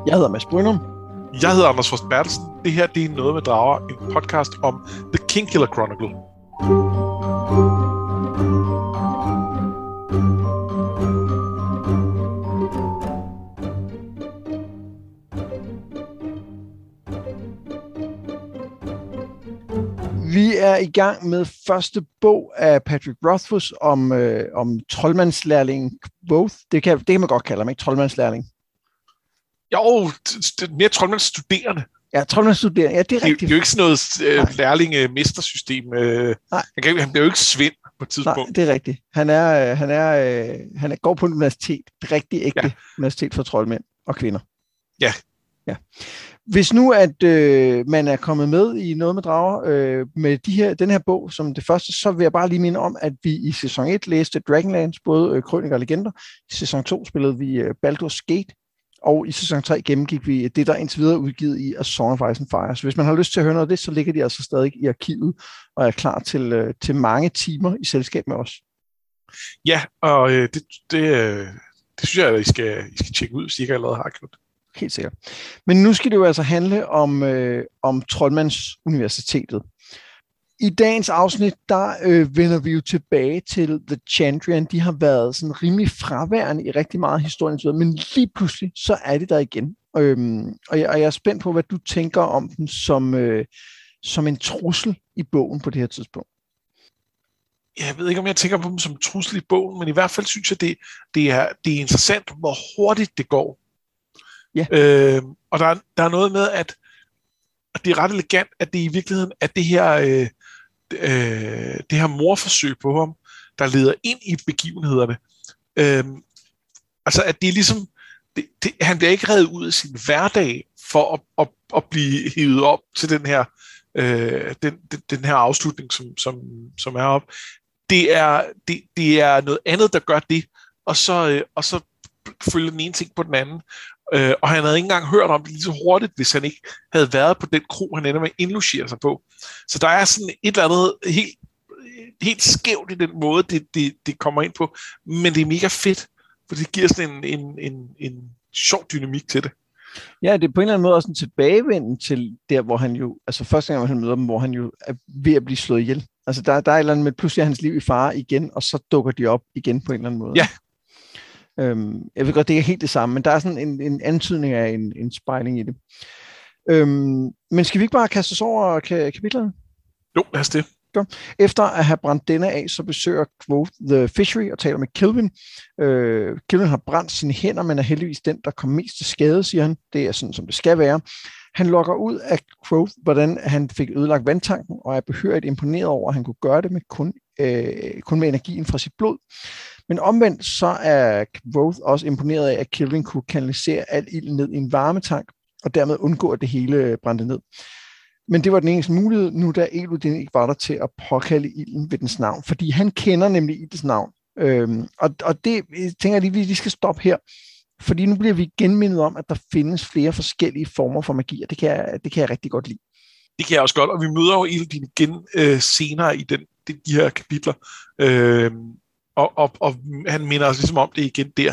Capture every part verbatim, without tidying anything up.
Jeg hedder Mads Brynum. Jeg hedder Anders Frost Bertelsen. Det her det er Noget med Drager, en podcast om The Kingkiller Chronicle. Vi er i gang med første bog af Patrick Rothfuss om, øh, om troldmandslærlingen Kvothe. Det kan, det kan man godt kalde ham, ikke? Troldmandslærling. Jo, det er mere troldmandsstuderende. Ja, troldmandsstuderende. Ja, det er rigtigt. Det er jo ikke sådan noget øh, lærlinge-mestersystem. Øh, han, kan, han bliver jo ikke Svend på et tidspunkt. Nej, det er rigtigt. Han, er, han, er, øh, han er, går på universitet. Det rigtig ægte ja. Universitet for troldmænd og kvinder. Ja. Ja. Hvis nu, at øh, man er kommet med i Noget med Drager øh, med de her, den her bog som det første, så vil jeg bare lige minde om, at vi i sæson et læste Dragonlance, både øh, Krøniker og Legender. I sæson to spillede vi øh, Baldur's Gate, og i sæson tre gennemgik vi det, der indtil videre udgivet i A Song of Ice and Fire. Så hvis man har lyst til at høre noget af det, så ligger de altså stadig i arkivet og er klar til, øh, til mange timer i selskab med os. Ja, og øh, det, det, øh, det synes jeg, at I skal, I skal tjekke ud, hvis I ikke allerede har gjort. Helt sikkert. Men nu skal det jo altså handle om, øh, om Troldmandsuniversitetet. I dagens afsnit, der øh, vender vi jo tilbage til The Chandrian. De har været sådan rimelig fraværende i rigtig meget historie, men lige pludselig, så er de der igen. Øhm, og, jeg, og jeg er spændt på, hvad du tænker om dem som, øh, som en trussel i bogen på det her tidspunkt. Jeg ved ikke, om jeg tænker på dem som en trussel i bogen, men i hvert fald synes jeg, det, det, er, det er interessant, hvor hurtigt det går. Ja. Øh, og der er, der er noget med, at, at det er ret elegant, at det i virkeligheden er det her, øh, øh, det her morforsøg på ham, der leder ind i begivenhederne. Øh, altså, at det er ligesom, det, det, han bliver ikke reddet ud af sin hverdag for at, at, at blive hivet op til den her, øh, den, den, den her afslutning, som, som, som er op. Det er, det, det er noget andet, der gør det, og så, øh, og så følger den ene ting på den anden. Uh, og han havde ikke engang hørt om det lige så hurtigt, hvis han ikke havde været på den kro, han ender med at indlogere sig på. Så der er sådan et eller andet helt, helt skævt i den måde, det, det, det kommer ind på. Men det er mega fedt, for det giver sådan en, en, en, en sjov dynamik til det. Ja, det er på en eller anden måde også en tilbagevenden til der, hvor han jo, altså første gang, han møder dem, hvor han jo er ved at blive slået ihjel. Altså der, der er et eller andet med, pludselig er hans liv i fare igen, og så dukker de op igen på en eller anden måde. Ja. Øhm, jeg ved godt, det er ikke helt det samme, men der er sådan en, en antydning af en, en spejling i det. Øhm, men skal vi ikke bare kaste os over ka- kapitlerne? Jo, lad os det. Efter at have brændt denne af, så besøger Kvothe The Fishery og taler med Kilvin. Øh, Kilvin har brændt sine hænder, men er heldigvis den, der kom mest til skade, siger han. Det er sådan, som det skal være. Han lokker ud af Kvothe, hvordan han fik ødelagt vandtanken, og er behørigt imponeret over, at han kunne gøre det med kun, øh, kun med energien fra sit blod. Men omvendt så er Kvothe også imponeret af, at Kilvin kunne kanalisere al ild ned i en varmetank, og dermed undgå, at det hele brændte ned. Men det var den eneste mulighed, nu da Elodin ikke var der til at påkalde ilden ved dens navn, fordi han kender nemlig ildens navn. Øhm, og, og det jeg tænker jeg lige, vi skal stoppe her, fordi nu bliver vi genmindet om, at der findes flere forskellige former for magi, og det kan jeg, det kan jeg rigtig godt lide. Det kan jeg også godt, og vi møder jo Elodin igen øh, senere i den, de, de her kapitler. Øh, Og, og, og han minder os ligesom om det igen der.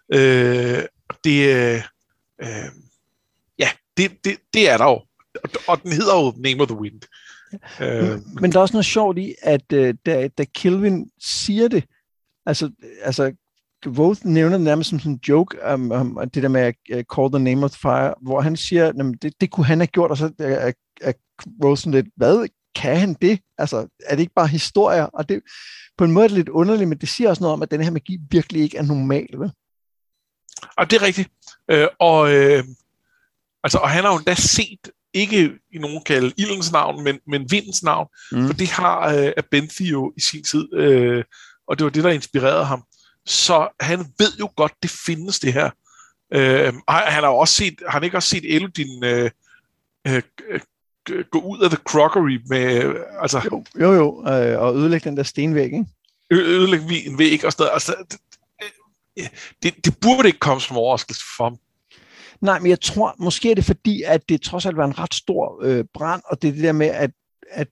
Øh, det, øh, ja, det, det, det er der jo. Og, og den hedder jo Name of the Wind. Ja. Øh. Men der er også noget sjovt i, at uh, da, da Kilvin siger det, altså, altså Kvothe nævner det nærmest som sådan en joke, um, um, det der med at uh, call the name of the fire, hvor han siger, at det, det kunne han have gjort, og så er uh, Kvothe sådan lidt, hvad kan han det? Altså, er det ikke bare historier? Og det på en måde er det lidt underligt, men det siger også noget om, at den her magi virkelig ikke er normal, vel? Og det er rigtigt. Øh, og, øh, altså, og han har jo endda set, ikke i nogen kalde ildens navn, men, men vindens navn, mm. for det har øh, Abenthi jo i sin tid, øh, og det var det, der inspirerede ham. Så han ved jo godt, det findes det her. Øh, og han har også set, har han ikke også set Elodin øh, øh, gå ud af The Crockery med, altså... Jo, jo, jo øh, og ødelægge den der stenvæg, ikke? Ødelægge en væg og sådan noget. Altså, det, det, det burde ikke komme som overraskelse for ham. Nej, men jeg tror, måske er det fordi, at det trods alt var en ret stor øh, brand, og det er det der med, at, at,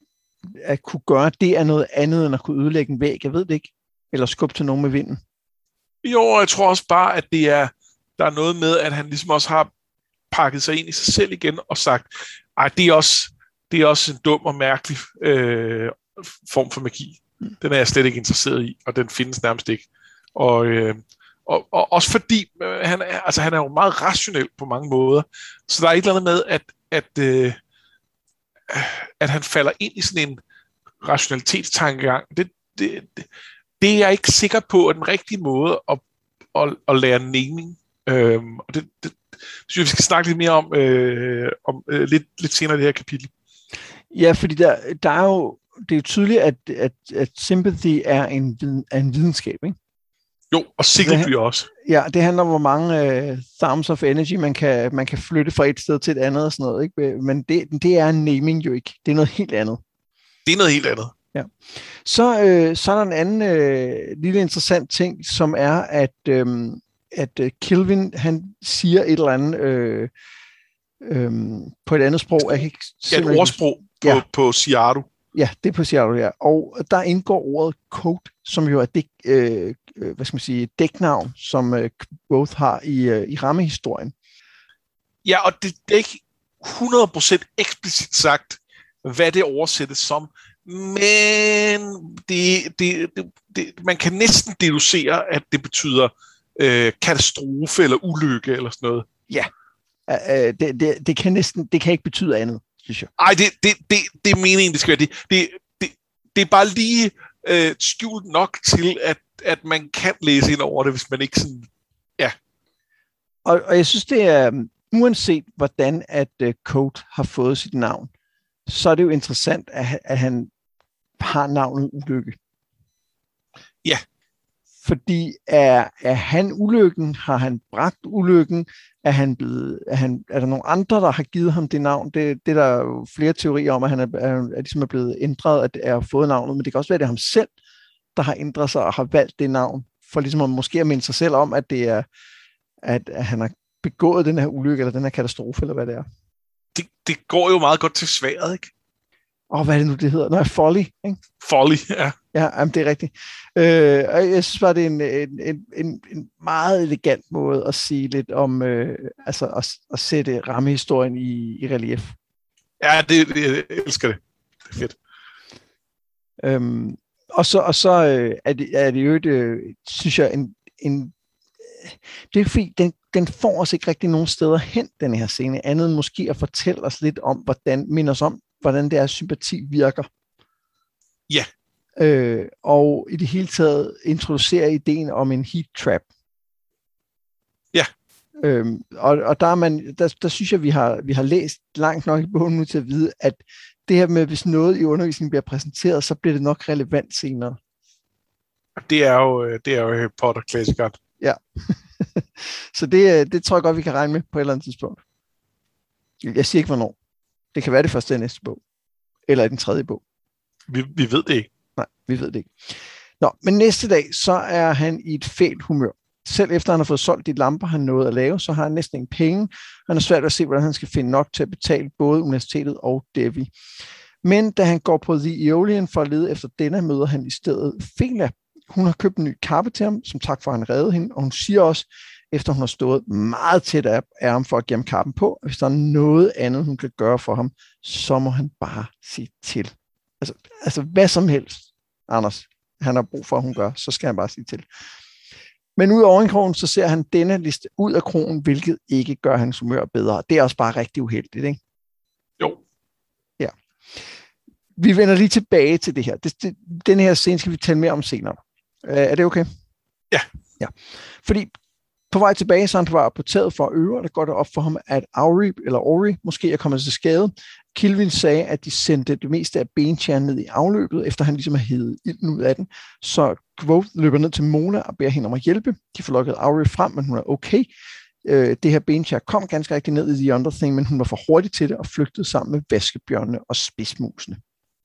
at kunne gøre det er noget andet, end at kunne ødelægge en væg. Jeg ved det ikke. Eller skubbe til nogen med vinden. Jo, jeg tror også bare, at det er, der er noget med, at han ligesom også har pakket sig ind i sig selv igen og sagt, ej, det er også, det er også en dum og mærkelig øh, form for magi. Den er jeg slet ikke interesseret i, og den findes nærmest ikke. Og, øh, og, og også fordi, øh, han, er, altså, han er jo meget rationel på mange måder, så der er et eller andet med, at, at, øh, at han falder ind i sådan en rationalitetstankegang. Det, det, det, det er jeg ikke sikker på er den rigtige måde at, at, at lære naming. Øhm, og det, det synes jeg, vi skal snakke lidt mere om, øh, om øh, lidt, lidt senere i det her kapitel. Ja, fordi der, der er jo, det er jo tydeligt, at, at, at sympathy er en, viden, er en videnskab, ikke? Jo, og Sigleby også. Ja, det handler om, hvor mange uh, thumbs of energy, man kan, man kan flytte fra et sted til et andet og sådan noget, ikke? Men det, det er naming jo ikke. Det er noget helt andet. Det er noget helt andet. Ja. Så, øh, så er der en anden øh, lille interessant ting, som er, at, øh, at uh, Kelvin, han siger et eller andet øh, øh, på et andet sprog. Jeg kan ikke ja, et ordsprog på, ja. på Ciaru. Ja, det er på Ciaru, ja. Og der indgår ordet code, som jo er det, øh, hvad skal man sige, dæknavn, som øh, Quoth har i, øh, i rammehistorien. Ja, og det, det er ikke hundrede procent eksplicit sagt, hvad det oversættes som, men det, det, det, det, man kan næsten deducere, at det betyder øh, katastrofe eller ulykke eller sådan noget. Ja, øh, det, det, det kan næsten, det kan ikke betyde andet, synes jeg. Ej, det, det, det, det er meningen, det skal være. Det, det, det, det er bare lige øh, skjult nok til, at, at man kan læse ind over det, hvis man ikke sådan, ja. Og, og jeg synes, det er, uanset hvordan at uh, Code har fået sit navn, så er det jo interessant, at, at han har navnet Ulykke. Ja. Fordi er, er han ulykken? Har han bragt ulykken? Er, han blevet, er, han, er der nogle andre, der har givet ham det navn? Det, det er der jo flere teorier om, at han er, er, er ligesom er blevet ændret, at er fået navnet, men det kan også være, at det er ham selv, der har ændret sig og har valgt det navn, for ligesom at måske at minde sig selv om, at det er, at, at han har begået den her ulykke, eller den her katastrofe, eller hvad det er. Det, det går jo meget godt til sværet, ikke? Åh, oh, hvad er det nu, det hedder? Nå, folly, ikke? Folly, ja. Ja, jamen, det er rigtigt. Øh, og jeg synes bare, det er en, en, en, en meget elegant måde at sige lidt om, øh, altså at, at sætte rammehistorien i, i relief. Ja, det, det, jeg elsker det. Det er fedt. Øhm, og så, og så øh, er, det, er det jo et, øh, synes jeg, en, en det er fordi, den, den får os ikke rigtig nogen steder hen, den her scene, andet end måske at fortælle os lidt om, hvordan, minde os om, hvordan det er, sympati virker. Ja. Øh, og i det hele taget introducere ideen om en heat trap. Ja. Øhm, og, og der, er man, der, der synes jeg, vi har, vi har læst langt nok i bogen nu til at vide, at det her med, hvis noget i undervisningen bliver præsenteret, så bliver det nok relevant senere. Det er jo, det er jo Harry Potter-klassikeren. Ja. Så det, det tror jeg godt, vi kan regne med på et eller andet tidspunkt. Jeg siger ikke, hvornår. Det kan være det første i næste bog. Eller i den tredje bog. Vi, vi ved det ikke. Nej, vi ved det ikke. Nå, men næste dag, så er han i et fælt humør. Selv efter han har fået solgt de lamper, han nåede at lave, så har han næsten ingen penge. Han er svært at se, hvordan han skal finde nok til at betale både universitetet og Devi. Men da han går på The Aeolian for at lede efter denne, møder han i stedet Fela. Hun har købt en ny kappe til ham, som tak for, at han reddede hende. Og hun siger også, efter hun har stået meget tæt af ham for at give ham kappen på, at hvis der er noget andet, hun kan gøre for ham, så må han bare sige til. Altså, altså hvad som helst, Anders, han har brug for, at hun gør, så skal han bare sige til. Men ud over kronen, så ser han denne liste ud af kronen, hvilket ikke gør hans humør bedre. Det er også bare rigtig uheldigt, ikke? Jo. Ja. Vi vender lige tilbage til det her. Det, det, den her scene skal vi tale mere om senere. Uh, er det okay? Ja. Ja. Fordi på vej tilbage, så han var på taget for at øve, og det går det op for ham, at Auri, eller Ori måske er kommet til skade. Kelvin sagde, at de sendte det meste af bentjern ned i afløbet, efter han ligesom har hævet ilden ud af den. Så Quoth løber ned til Mona og beder hende om at hjælpe. De får lukket Auri frem, men hun er okay. Øh, det her bentjern kom ganske rigtig ned i The Under Thing, men hun var for hurtig til det og flygtede sammen med vaskebjørnene og spidsmusene.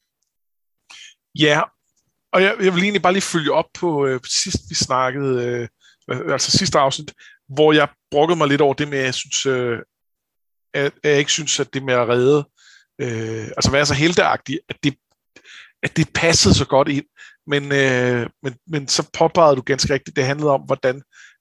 Ja, og jeg, jeg vil egentlig bare lige følge op på øh, sidst vi snakkede, øh, altså sidste afsnit, hvor jeg brokkede mig lidt over det med, at jeg synes, øh, at jeg ikke synes, at det med at redde, øh, altså være så helteagtig, at det, at det passede så godt ind. Men, øh, men, men så påpegede du ganske rigtigt, det handlede om, hvordan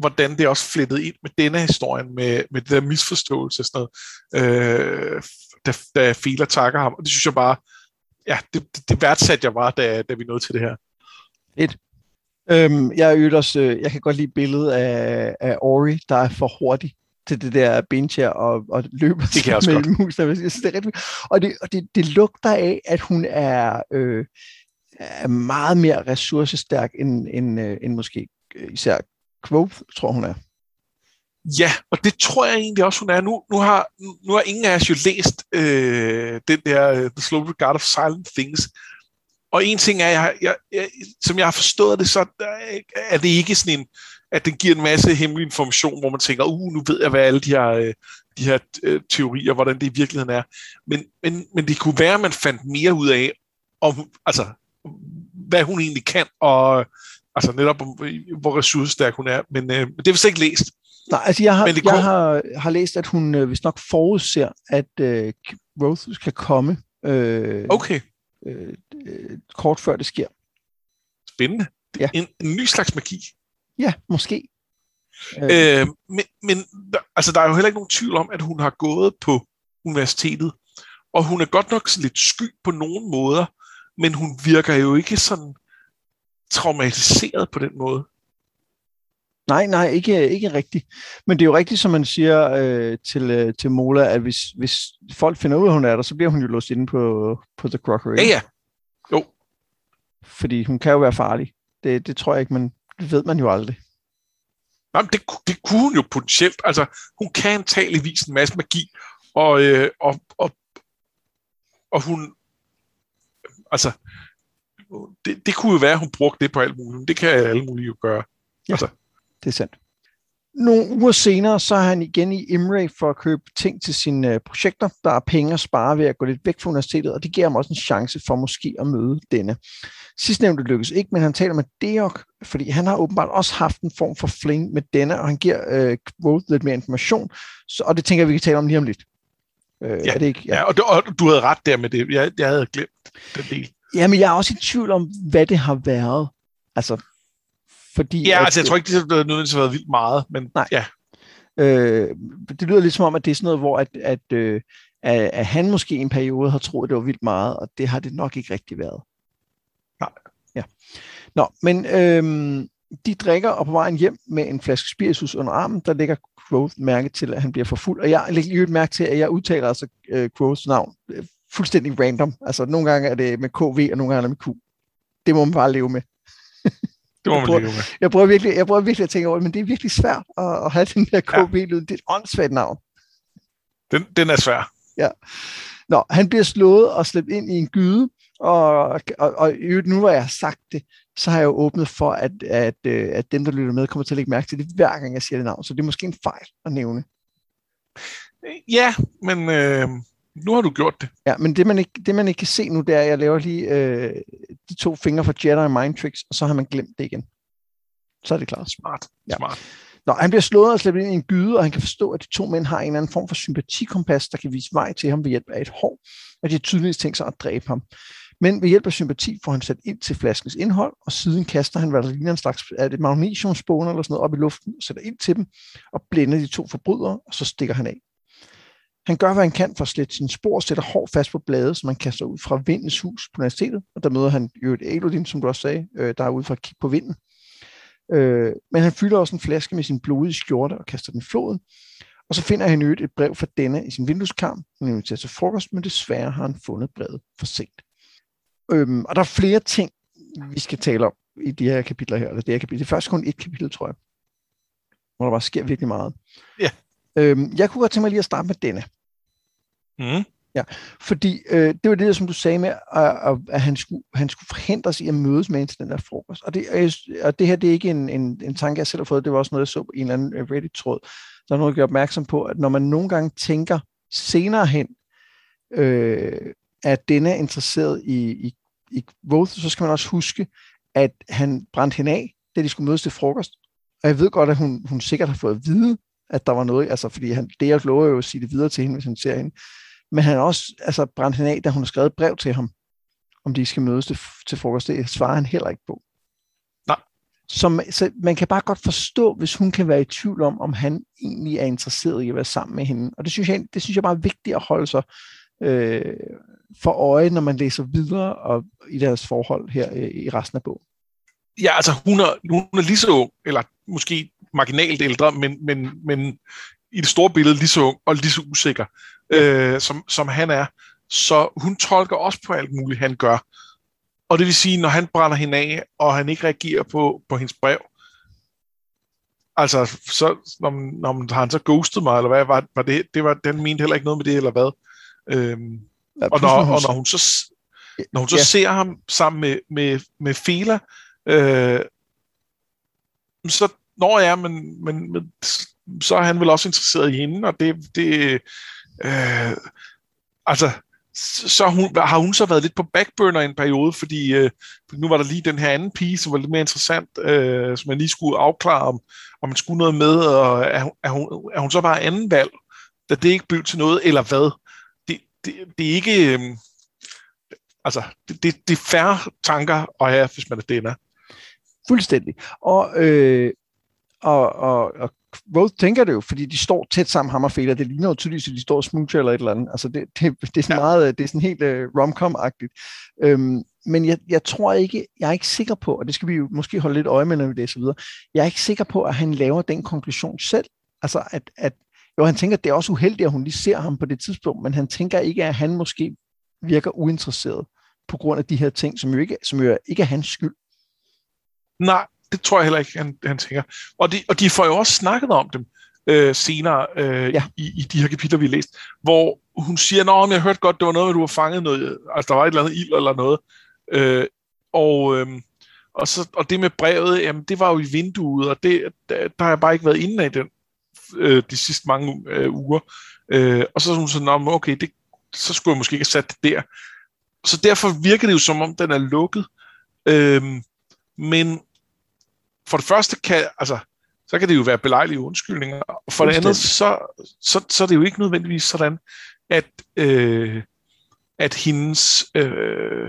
hvordan det er også flettet ind med denne historien, med, med det der misforståelse og sådan noget, øh, da, da Fela takker ham. Og det synes jeg bare, ja, det, det, det værdsatte jeg bare, da, da vi nåede til det her. Et. Øhm, jeg, er også, øh, jeg kan godt lide billedet af, af Ori, der er for hurtig til det der benchair og, og løber det kan med godt. en mus. Jeg synes, det er rigtig, og det, og det, det lugter af, at hun er, øh, er meget mere ressourcestærk end, end, øh, end måske især Kvothe, tror hun er. Ja, og det tror jeg egentlig også, hun er. Nu, nu, har, nu har ingen af os jo læst øh, den der uh, The Slow Regard of Silent Things. Og en ting er, jeg, jeg, jeg, som jeg har forstået det, så er det ikke sådan en, at den giver en masse hemmelig information, hvor man tænker, uh, nu ved jeg, hvad alle de her, de her uh, teorier, hvordan det i virkeligheden er. Men, men, men det kunne være, at man fandt mere ud af, om, altså, hvad hun egentlig kan, og altså netop, hvor ressourcestærk hun er. Men uh, det er vist ikke læst. Nej, altså jeg har, jeg jeg har, har læst, at hun øh, vist nok forudser, at øh, Kvothe skal komme øh, okay. øh, øh, kort før det sker. Spændende. Ja. En, en ny slags magi. Ja, måske. Øh, men, men altså, der er jo heller ikke nogen tvivl om, at hun har gået på universitetet, og hun er godt nok sådan lidt sky på nogle måder, men hun virker jo ikke sådan traumatiseret på den måde. Nej, nej, ikke, ikke rigtigt. Men det er jo rigtigt, som man siger øh, til, øh, til Mola, at hvis, hvis folk finder ud af, at hun er der, så bliver hun jo låst inde på, på The Crockery. Ja, ja. Jo. Fordi hun kan jo være farlig. Det, det tror jeg ikke, men det ved man jo aldrig. Jamen, det, det kunne hun jo potentielt. Altså, hun kan antageligvis en masse magi, og, øh, og, og, og hun... Altså, det, det kunne jo være, at hun brugte det på alt muligt. Det kan alle mulige jo gøre. Ja. Altså. Det er sandt. Nogle uger senere, så er han igen i Imre for at købe ting til sine projekter. Der er penge at spare ved at gå lidt væk fra universitetet, og det giver ham også en chance for måske at møde denne. Sidstnævnte lykkes ikke, men han taler med Deok, fordi han har åbenbart også haft en form for fling med denne, og han giver øh, Kvothe lidt mere information, så, og det tænker jeg, vi kan tale om lige om lidt. Øh, ja, er det ikke? Ja. Ja, og, du, og du havde ret der med det. Jeg, jeg havde glemt den del. Jamen, jeg er også i tvivl om, hvad det har været. Altså, fordi... Ja, at, altså jeg tror ikke, det har nødvendigvis været vildt meget, men nej. Ja. Øh, det lyder lidt som om, at det er sådan noget, hvor at, at, øh, at, at han måske i en periode har troet, at det var vildt meget, og det har det nok ikke rigtig været. Nej. Ja. Nå, men øh, de drikker, og på vejen hjem med en flaske spiritus under armen, der lægger Kvothe mærke til, at han bliver for fuld. Og jeg lægger lige et mærke til, at jeg udtaler altså øh, Kvothes navn øh, fuldstændig random. Altså nogle gange er det med K V, og nogle gange er det med Q. Det må man bare leve med. Det må man jeg, prøver, leve med. jeg, prøver virkelig, jeg prøver virkelig at tænke over det, men det er virkelig svært at, at have den der K V-lyd. Det er et åndssvagt navn. Den, den er svær. Ja. Nå, han bliver slået og slæbt ind i en gyde, og, og, og nu hvor jeg har sagt det, så har jeg jo åbnet for, at, at, at dem, der lytter med, kommer til at lægge mærke til det, hver gang jeg siger det navn. Så det er måske en fejl at nævne. Ja, men øh, nu har du gjort det. Ja, men det man ikke, det, man ikke kan se nu, det er, at jeg laver lige øh, de to fingre fra Jedi Mind Tricks, og så har man glemt det igen. Så er det klart. Smart. Ja. Smart. Nå, han bliver slået og slæbt ind i en gyde, og han kan forstå, at de to mænd har en eller anden form for sympatikompas, der kan vise vej til ham ved hjælp af et hår, og de har tydeligvis tænkt sig at dræbe ham. Men ved hjælp af sympati får han sat ind til flaskens indhold, og siden kaster han, hvad der ligner en slags er det magnesiumspåner eller sådan noget, op i luften, og sætter ind til dem, og blænder de to forbrydere, og så stikker han af. Han gør, hvad han kan for at slette sine spor, og sætter hår fast på bladet, som han kaster ud fra vindens hus på universitetet, og der møder han jo et Elodin, som du også sagde, der er ude for at kigge på vinden. Øh, men han fylder også en flaske med sin blodige skjorte og kaster den i floden. Og så finder han et brev fra denne i sin vindueskarm. Han inviterer til frokost, men desværre har han fundet brevet for sent. Øhm, og der er flere ting, vi skal tale om i de her kapitler her. Eller det her kapitel. Det er først kun et kapitel, tror jeg. Hvor der bare sker virkelig meget. Ja. Øhm, jeg kunne godt tænke mig lige at starte med denne. Mm. Ja, fordi øh, det var det, som du sagde med, at, at han, skulle, han skulle forhindres i at mødes med en til den der frokost. Og det, og det her, det er ikke en, en, en tanke, jeg selv har fået. Det var også noget, jeg så på en eller anden Reddit-tråd. Der er noget, der gør opmærksom på, at når man nogle gange tænker senere hen, øh, at denne er interesseret i, i, i Kvothe, så skal man også huske, at han brændte hende af, da de skulle mødes til frokost. Og jeg ved godt, at hun, hun sikkert har fået at vide, at der var noget, altså fordi han, det jeg lover jo at sige det videre til hende, hvis han ser hende. Men han har også altså, brændt hende af, da hun har skrevet et brev til ham, om de skal mødes til, til frokost. Det svarer han heller ikke på. Nej. som, så man kan bare godt forstå, hvis hun kan være i tvivl om, om han egentlig er interesseret i at være sammen med hende. Og det synes jeg, det synes jeg bare er vigtigt at holde sig øh, for øje, når man læser videre og i deres forhold her øh, i resten af bogen. Ja, altså hun er, hun er lige så ung, eller måske marginalt ældre, men, men, men i det store billede lige så ung og lige så usikker, øh, som, som han er. Så hun tolker også på alt muligt, han gør. Og det vil sige, når han brænder hende af, og han ikke reagerer på, på hendes brev, altså, så, når, når man, har han så ghostet mig, eller hvad, var, var det, det var, den mente heller ikke noget med det, eller hvad? Øhm, ja, og, når, og når hun så, når hun så ja. ser ham sammen med, med, med Fela, øh, så, når jeg, men, men, men, så er han vel også interesseret i hende, og det, det øh, altså, så hun, har hun så været lidt på backburner i en periode, fordi øh, nu var der lige den her anden pige, som var lidt mere interessant, øh, som man lige skulle afklare, om, om man skulle noget med, og er, er, hun, er hun så bare anden valg, da det ikke blev til noget, eller hvad? Det, det, det er ikke... Øh, altså, det, det, det er færre tanker at have, hvis man er denne. Fuldstændig. Og, øh, og, og, og Roth tænker det jo, fordi de står tæt sammen, ham og Fela. Det ligner jo tydeligt, at de står og smoocher eller et eller andet. Altså det, det, det er sådan ja. meget, det er sådan helt uh, rom-com-agtigt. Øhm, men jeg, jeg tror ikke, jeg er ikke sikker på, og det skal vi jo måske holde lidt øje med, når vi læser videre, jeg er ikke sikker på, at han laver den konklusion selv. Altså at, at jo, han tænker, at det er også uheldigt, at hun lige ser ham på det tidspunkt, men han tænker ikke, at han måske virker uinteresseret på grund af de her ting, som jo ikke, som jo ikke er hans skyld. Nej, det tror jeg heller ikke, han, han tænker. Og de, og de får jo også snakket om dem øh, senere øh, ja. i, i de her kapitler, vi har læst, hvor hun siger, nå, men jeg hørte godt, det var noget, at du har fanget noget, altså der var et eller andet ild eller noget. Øh, og, øh, og, så, og det med brevet, jamen det var jo i vinduet, og det, der, der har jeg bare ikke været inde af den øh, de sidste mange øh, uger. Øh, og så er hun sådan, nå, okay, det, så skulle jeg måske ikke have sat det der. Så derfor virker det jo, som om den er lukket. Øh, men for det første kan, altså, så kan det jo være belejlige undskyldninger, og for det andet, så, så, så er det jo ikke nødvendigvis sådan, at, øh, at hendes, øh,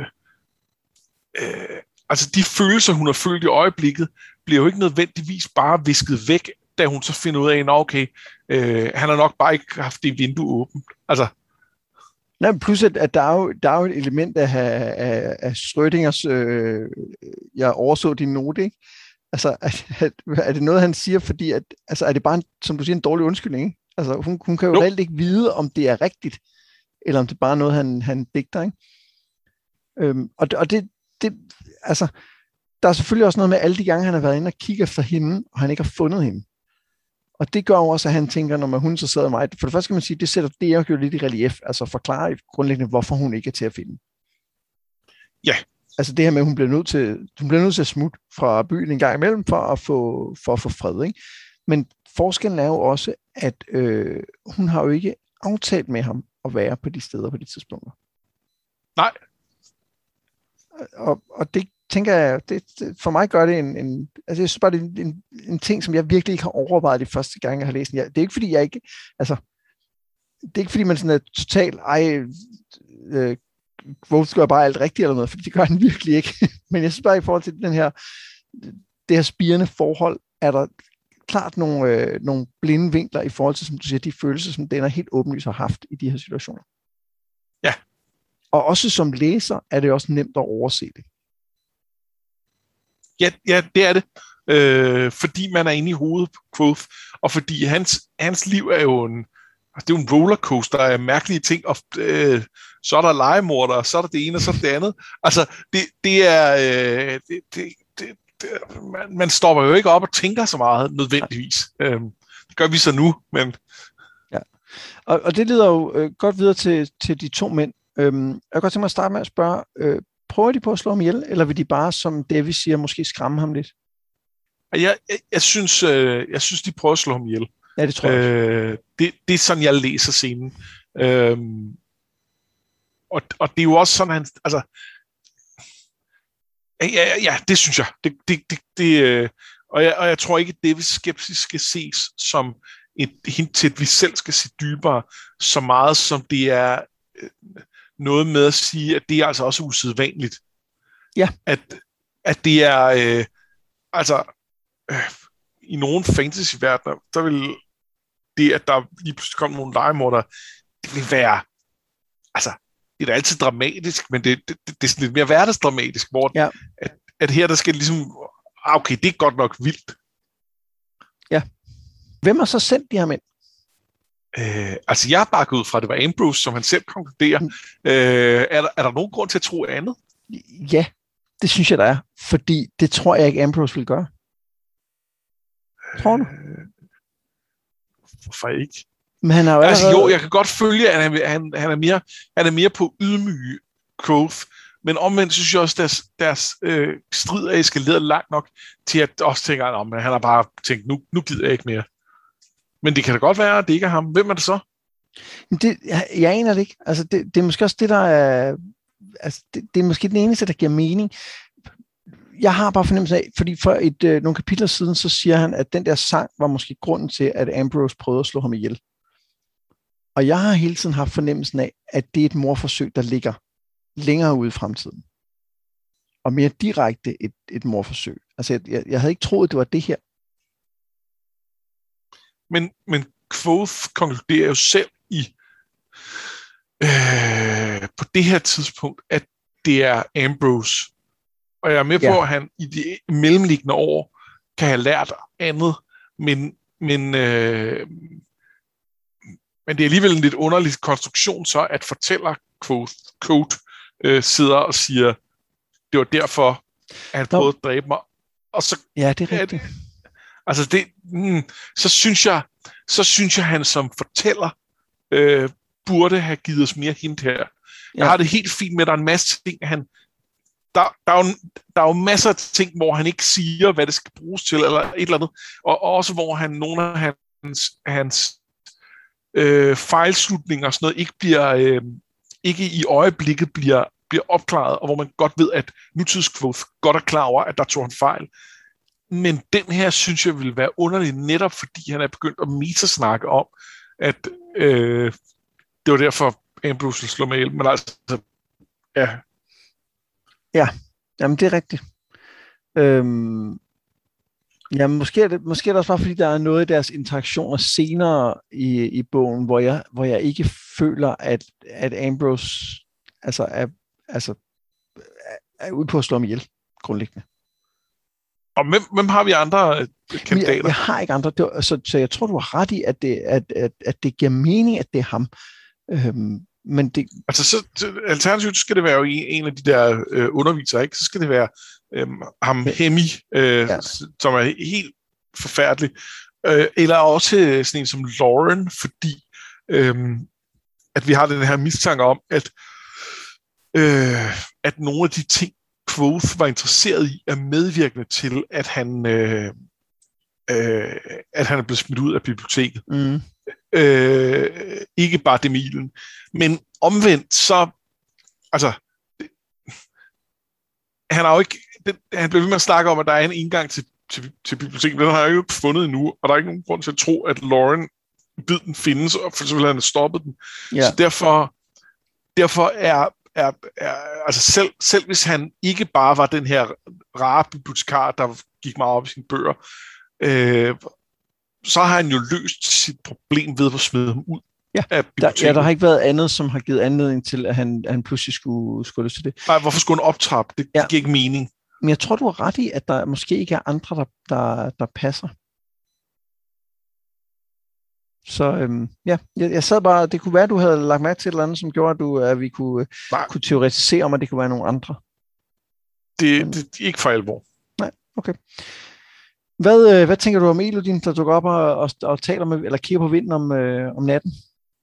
øh, altså de følelser, hun har følt i øjeblikket, bliver jo ikke nødvendigvis bare visket væk, da hun så finder ud af, at okay, øh, han har nok bare ikke haft det vindue åbent. Altså, nej, plus at, at der, er jo, der er jo et element af, af, af Schrödingers, øh, jeg overså din note, ikke? Altså, at, at, er det noget, han siger, fordi at, altså, er det bare, en, som du siger, en dårlig undskyldning, ikke? Altså, hun, hun kan jo reelt ikke vide, om det er rigtigt, eller om det er bare noget, han, han digter, ikke? Øhm, og og det, det, altså, der er selvfølgelig også noget med alle de gange, han har været inde og kigge efter hende, og han ikke har fundet hende. Og det gør jo også, at han tænker, når man, hun så sidder mig, for det første kan man sige, det sætter det jo lidt i relief, altså forklare grundlæggende, hvorfor hun ikke er til at finde. Ja. Altså det her med, at hun bliver nødt til, hun bliver nødt til at smutte fra byen en gang imellem, for at få, for at få fred, ikke? Men forskellen er jo også, at øh, hun har jo ikke aftalt med ham at være på de steder på de tidspunkter. Nej. Og, og det tænker jeg, det, det, for mig gør det en, en altså jeg synes bare, det er en, en ting, som jeg virkelig ikke har overvejet de første gang, jeg har læst den. Jeg, det er ikke, fordi jeg ikke, altså, det er ikke, fordi man sådan er totalt, ej, øh, Wolf gør bare alt rigtigt eller noget, for det gør han virkelig ikke. Men jeg synes bare, i forhold til den her, det her spirende forhold, er der klart nogle, øh, nogle blinde vinkler i forhold til, som du siger, de følelser, som den er helt åbenlyst har haft i de her situationer. Ja. Og også som læser, er det også nemt at overse det. Ja, ja, det er det. Øh, fordi man er inde i hovedet på Quoth, og fordi hans, hans liv er jo en, det er jo en rollercoaster af mærkelige ting, og øh, så er der legemorder, og så er der det ene, og så er der det andet. Altså, det, det er... Øh, det, det, det, det, man, man stopper jo ikke op og tænker så meget, nødvendigvis. Øh, det gør vi så nu, men... Ja, og, og det leder jo øh, godt videre til, til de to mænd. Øhm, jeg kan godt tænke mig at starte med at spørge, øh, prøver de på at slå ham ihjel, eller vil de bare, som David siger, måske skræmme ham lidt? Jeg, jeg, jeg, synes, øh, jeg synes, de prøver at slå ham ihjel. Ja, det tror jeg øh, det, det er sådan, jeg læser scenen. Øhm, og, og det er jo også sådan, han... Altså, ja, ja, det synes jeg. Det, det, det, det, øh, og, jeg og jeg tror ikke, at Davids skepsis skal ses som et hint til, at vi selv skal se dybere, så meget som det er øh, noget med at sige, at det er altså også usædvanligt. Ja. At, at det er... Øh, altså, øh, i nogle fantasy-verdener, der vil det, at der lige pludselig kom nogle legemordere, det vil være, altså, det er da altid dramatisk, men det, det, det, det er sådan lidt mere hverdagsdramatisk, hvor ja. at, at her, der skal ligesom, okay, det er godt nok vildt. Ja. Hvem har så sendt de her mænd? Øh, altså, jeg er bare gået ud fra, at det var Ambrose, som han selv konkluderer. Mm. Øh, er, der, er der nogen grund til at tro andet? Ja, det synes jeg, der er. Fordi det tror jeg ikke, Ambrose vil gøre. Tror du? Øh, hvorfor ikke? Men han har jo altså, allerede... jo, jeg kan godt følge, at han, han, han, er, mere, han er mere på ydmyge Quoth, men omvendt synes jeg også, at deres, deres øh, strid er eskaleret langt nok til at også tænke, at han har bare tænkt, nu, nu gider jeg ikke mere. Men det kan da godt være, at det ikke er ham. Hvem er det så? Det, jeg, jeg aner det ikke. Altså, det, det er måske også det, der er... Altså, det, det er måske den eneste, der giver mening. Jeg har bare fornemmelse af, fordi for et, øh, nogle kapitler siden, så siger han, at den der sang var måske grunden til, at Ambrose prøvede at slå ham ihjel. Og jeg har hele tiden haft fornemmelsen af, at det er et mordforsøg, der ligger længere ude i fremtiden. Og mere direkte et, et mordforsøg. Altså, jeg, jeg havde ikke troet, det var det her. Men, men Quoth konkluderer jo selv i øh, på det her tidspunkt, at det er Ambrose. Og jeg er med på, ja. At han i de mellemliggende år kan have lært andet, men, men, øh, men det er alligevel en lidt underlig konstruktion så, at fortæller Quoth, Quoth øh, sidder og siger, det var derfor, at han prøvede at dræbe mig. Og så, ja, det er rigtigt. At, altså det, mm, så synes jeg, så synes jeg, han som fortæller øh, burde have givet os mere hint her. Ja. Jeg har det helt fint med, at der er en masse ting, han Der, der, er jo, der er jo masser af ting, hvor han ikke siger, hvad det skal bruges til, eller et eller andet. Og også hvor han nogle af hans, hans øh, fejlslutninger og sådan noget, ikke bliver øh, ikke i øjeblikket bliver, bliver opklaret, og hvor man godt ved, at nutidskvoth godt er klar over, at der tog han fejl. Men den her, synes jeg, vil være underlig, netop fordi han er begyndt at metasnakke om, at øh, det var derfor, Ambrose ville slå med ihjel. Men altså, ja... Ja, jamen det er rigtigt. Øhm, jamen måske er, det, måske er det også bare, fordi der er noget i deres interaktioner senere i, i bogen, hvor jeg, hvor jeg ikke føler, at, at Ambrose altså er, altså, er ude på at slå ham ihjel, grundlæggende. Og hvem, hvem har vi andre kandidater? Jeg, jeg har ikke andre, det var, så, så jeg tror, du har ret i, at det, at, at, at det giver mening, at det er ham. Øhm, Men det... Altså, så, alternativt skal det være jo en af de der øh, undervisere, ikke? Så skal det være øh, ham Hemi, øh, ja. Som er helt forfærdelig. Øh, eller også sådan en som Lauren, fordi øh, at vi har den her mistanke om, at, øh, at nogle af de ting, Quoth var interesseret i, er medvirkende til, at han, øh, øh, at han er blevet smidt ud af biblioteket. Mm. Øh, ikke bare Demilen, men omvendt så, altså, det, han har jo ikke, det, han bliver ved med at snakke om, at der er en indgang til, til, til biblioteket, men den har jeg jo ikke fundet endnu, og der er ikke nogen grund til at tro, at Lauren ved den findes, og for så vil han have stoppet den. Ja. Så derfor, derfor er, er, er altså selv, selv hvis han ikke bare var den her rare bibliotekar, der gik meget op i sine bøger, øh, så har han jo løst sit problem ved at smide ham ud ja, af biblioteket. Der, ja, der har ikke været andet, som har givet anledning til, at han, han pludselig skulle, skulle lyst til det. Nej, hvorfor skulle han optrappe? Det ja. Giver ikke mening. Men jeg tror, du har ret i, at der måske ikke er andre, der, der, der passer. Så øhm, ja, jeg, jeg sad bare, det kunne være, at du havde lagt mærke til et eller andet, som gjorde, at, du, at vi kunne, kunne teoretisere om, at det kunne være nogle andre. Det, Men, det er ikke for alvor. Nej, okay. Hvad, øh, hvad tænker du om Elodin, der dukker op og, og, og taler med, eller kigger på vinden om, øh, om natten?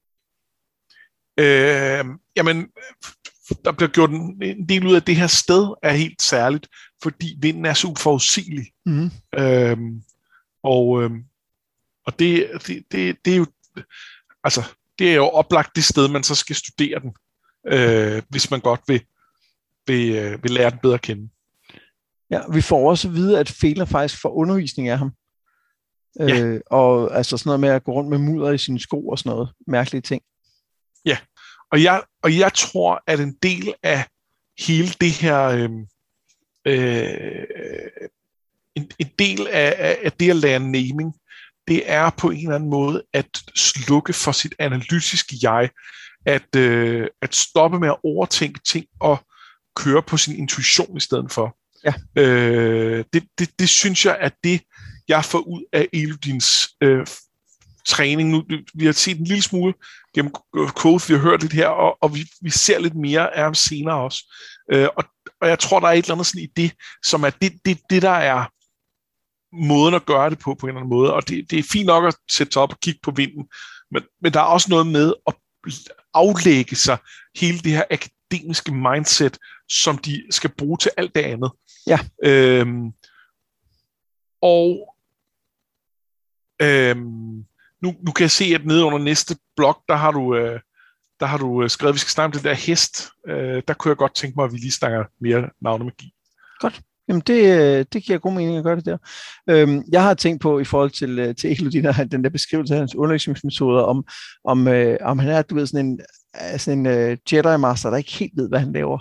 Øh, jamen, der bliver gjort en, en del ud af det her sted, er helt særligt, fordi vinden er så uforudsigelig. Mm-hmm. Øh, og øh, og det, det, det, det er jo altså, det er jo oplagt det sted, man så skal studere den, øh, hvis man godt vil, vil, øh, vil lære den bedre at kende. Ja, vi får også at vide, at Fela faktisk får undervisning af ham. Ja. Øh, og altså sådan noget med at gå rundt med mudder i sine sko og sådan noget. Mærkelige ting. Ja, og jeg, og jeg tror, at en del af hele det her øh, øh, en, en del af, af det at lære naming, det er på en eller anden måde at slukke for sit analytiske jeg, at, øh, at stoppe med at overtænke ting og køre på sin intuition i stedet for. Ja. Øh, det, det, det synes jeg, at det, jeg får ud af Elodins øh, træning nu. Vi har set en lille smule gennem Quoth, vi har hørt lidt her, og, og vi, vi ser lidt mere af ham senere også. Øh, og, og jeg tror, der er et eller andet sådan i det, som er det, det, det der er måden at gøre det på, på en eller anden måde. Og det, det er fint nok at sætte sig op og kigge på vinden, men, men der er også noget med at aflægge sig hele det her akademiske mindset, som de skal bruge til alt det andet. Ja. Øhm, og øhm, nu, nu kan jeg se, at nede under næste blog, der har du, øh, der har du skrevet, at vi skal snakke om den der hest. Øh, der kunne jeg godt tænke mig, at vi lige snakker mere navnemagi. Godt. Jamen, det, det giver god mening at gøre det der. Øhm, jeg har tænkt på, i forhold til, til Elodin, den der beskrivelse af hans undervisningsmetoder, om, om, øh, om han er, du ved, sådan en, sådan en uh, Jedi-master, der ikke helt ved, hvad han laver.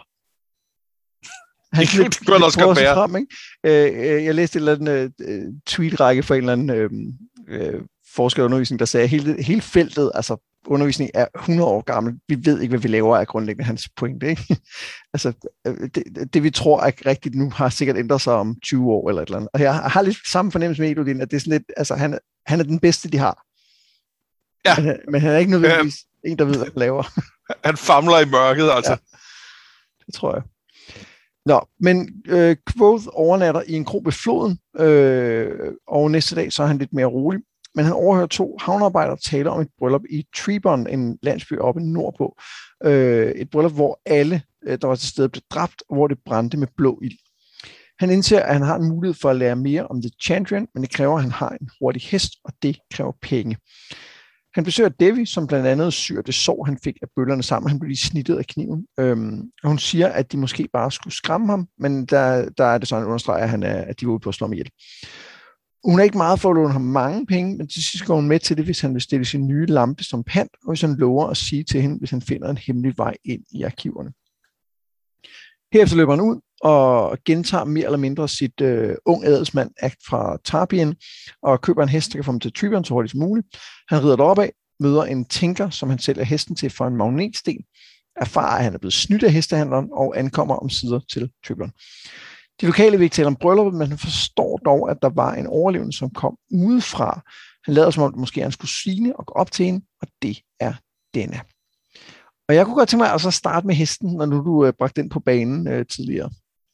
Han det, det kunne også godt være. Frem, ikke? Øh, jeg læste et eller andet øh, tweet-række for en eller anden øh, øh, forskerundervisning, der sagde, at hele, hele feltet, altså undervisning er hundrede år gammel. Vi ved ikke, hvad vi laver af grundlæggende hans pointe. Ikke? altså, det, det, vi tror er rigtigt nu, har sikkert ændret sig om tyve år eller et eller andet. Og jeg har lidt samme fornemmelse med Elodin, at det er sådan lidt, altså, han, han er den bedste, de har. Ja. Men, men han er ikke nødvendigvis ja. en, der ved, hvad han laver. Han famler i mørket, altså. Ja, det tror jeg. Nå, men øh, Quoth overnatter i en kro ved floden, øh, og næste dag så er han lidt mere rolig. Men han overhører to havnearbejdere tale om et bryllup i Trebon, en landsby oppe nordpå. Øh, et bryllup, hvor alle, der var til stede, blev dræbt, og hvor det brændte med blå ild. Han indser, at han har en mulighed for at lære mere om The Chandrian, men det kræver, at han har en hurtig hest, og det kræver penge. Han besøger Devi, som blandt andet syr det sår, han fik af bøllerne sammen. Han blev lige snittet af kniven. Øhm, og hun siger, at de måske bare skulle skræmme ham, men der, der er det sådan, at understreger, at, han er, at de var ude på at slå ham ihjel. Hun er ikke meget for at låne ham mange penge, men til sidst går hun med til det, hvis han vil stille sin nye lampe som pant, og hvis han lover at sige til hende, hvis han finder en hemmelig vej ind i arkiverne. Herefter løber han ud og gentager mere eller mindre sit øh, ung adelsmand akt fra Tarbien, og køber en hest, der kan få ham til Trebon så hurtigt som muligt. Han rider deroppe af, møder en tinker, som han sælger hesten til for en magnetsten, erfarer, at han er blevet snydt af hestehandleren, og ankommer omsider til Trebon. De lokale vil ikke tale om brylluppet, men han forstår dog, at der var en overlevende, som kom udefra. Han lader som om, det måske er hans kusine og går op til hende, og det er denne. Og jeg kunne godt tænke mig at så starte med hesten, når nu du øh, bragte den på banen øh, tidligere.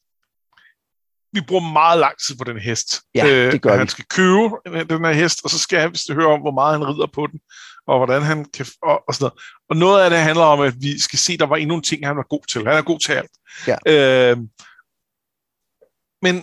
Vi bruger meget lang tid på den hest. Ja, det gør øh, vi. Han skal købe den her hest, og så skal han vist høre om, hvor meget han rider på den, og hvordan han kan... Og, og sådan noget. Og noget af det handler om, at vi skal se, at der var endnu en ting, han var god til. Han er god til alt. Ja. Øh, men,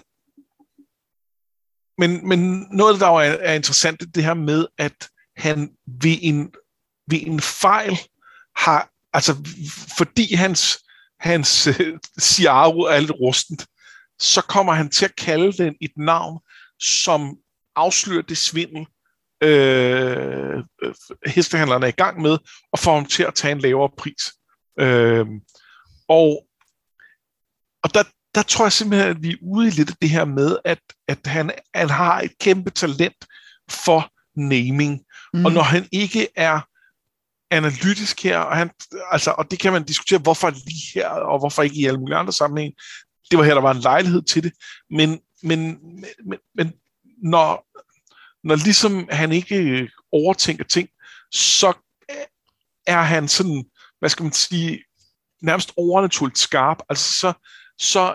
men, men noget, der er, er interessant, det, det her med, at han ved en, ved en fejl har... Altså, fordi hans, hans uh, Ciaro er lidt rustent, så kommer han til at kalde den et navn, som afslører det svindel, øh, hestehandlerne er i gang med, og får ham til at tage en lavere pris. Øh, og og der, der tror jeg simpelthen, at vi er ude i lidt af det her med, at, at han, han har et kæmpe talent for naming. Mm. Og når han ikke er analytisk her, og, han, altså, og det kan man diskutere, hvorfor lige her, og hvorfor ikke i alle mulige andre sammenhæng. Det var her, der var en lejlighed til det. Men, men, men, men når, når ligesom han ikke overtænker ting, så er han sådan, hvad skal man sige, nærmest overnaturligt skarp. Altså så, så,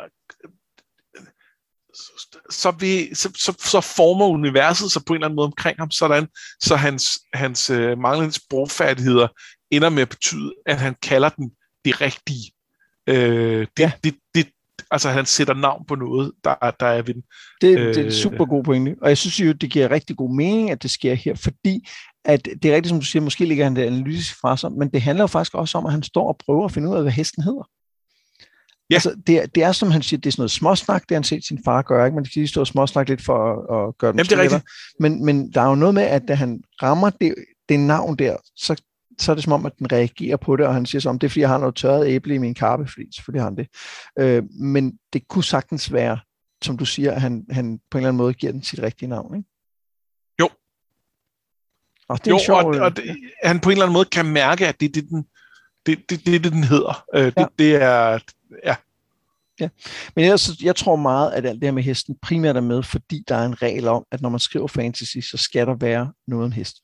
så, vi, så, så, så former universet sig på en eller anden måde omkring ham, sådan, så hans, hans øh, manglende sprogfærdigheder ender med at betyde, at han kalder den det rigtige. Øh, det, ja. det, det, altså han sætter navn på noget, der, der er ved den. Det, det er en super god pointe, og jeg synes jo, det giver rigtig god mening, at det sker her, fordi at det er rigtigt, som du siger, måske ligger han det analytisk fra sig, men det handler jo faktisk også om, at han står og prøver at finde ud af, hvad hesten hedder. Ja. Altså, det, er, det er, som han siger, det er sådan noget småsnak, det har han set sin far gøre, ikke? Man kan lige stå og småsnak lidt for at, at gøre den. Jamen, det er rigtigt. Men, men der er jo noget med, at da han rammer det, det navn der, så, så er det som om, at den reagerer på det, og han siger så om, det er, fordi jeg har noget tørret æble i min karpe, fordi selvfølgelig har han det. Øh, men det kunne sagtens være som du siger, at han, han på en eller anden måde giver den sit rigtige navn, ikke? Jo. Og det er jo, sjov, og, og det, han på en eller anden måde kan mærke, at det er det, den, det, det, det, det, den hedder. Øh, det, ja. det er... Ja. Ja. Men ellers, jeg tror meget, at alt det her med hesten primært er med, fordi der er en regel om, at når man skriver fantasy, så skal der være noget om hest.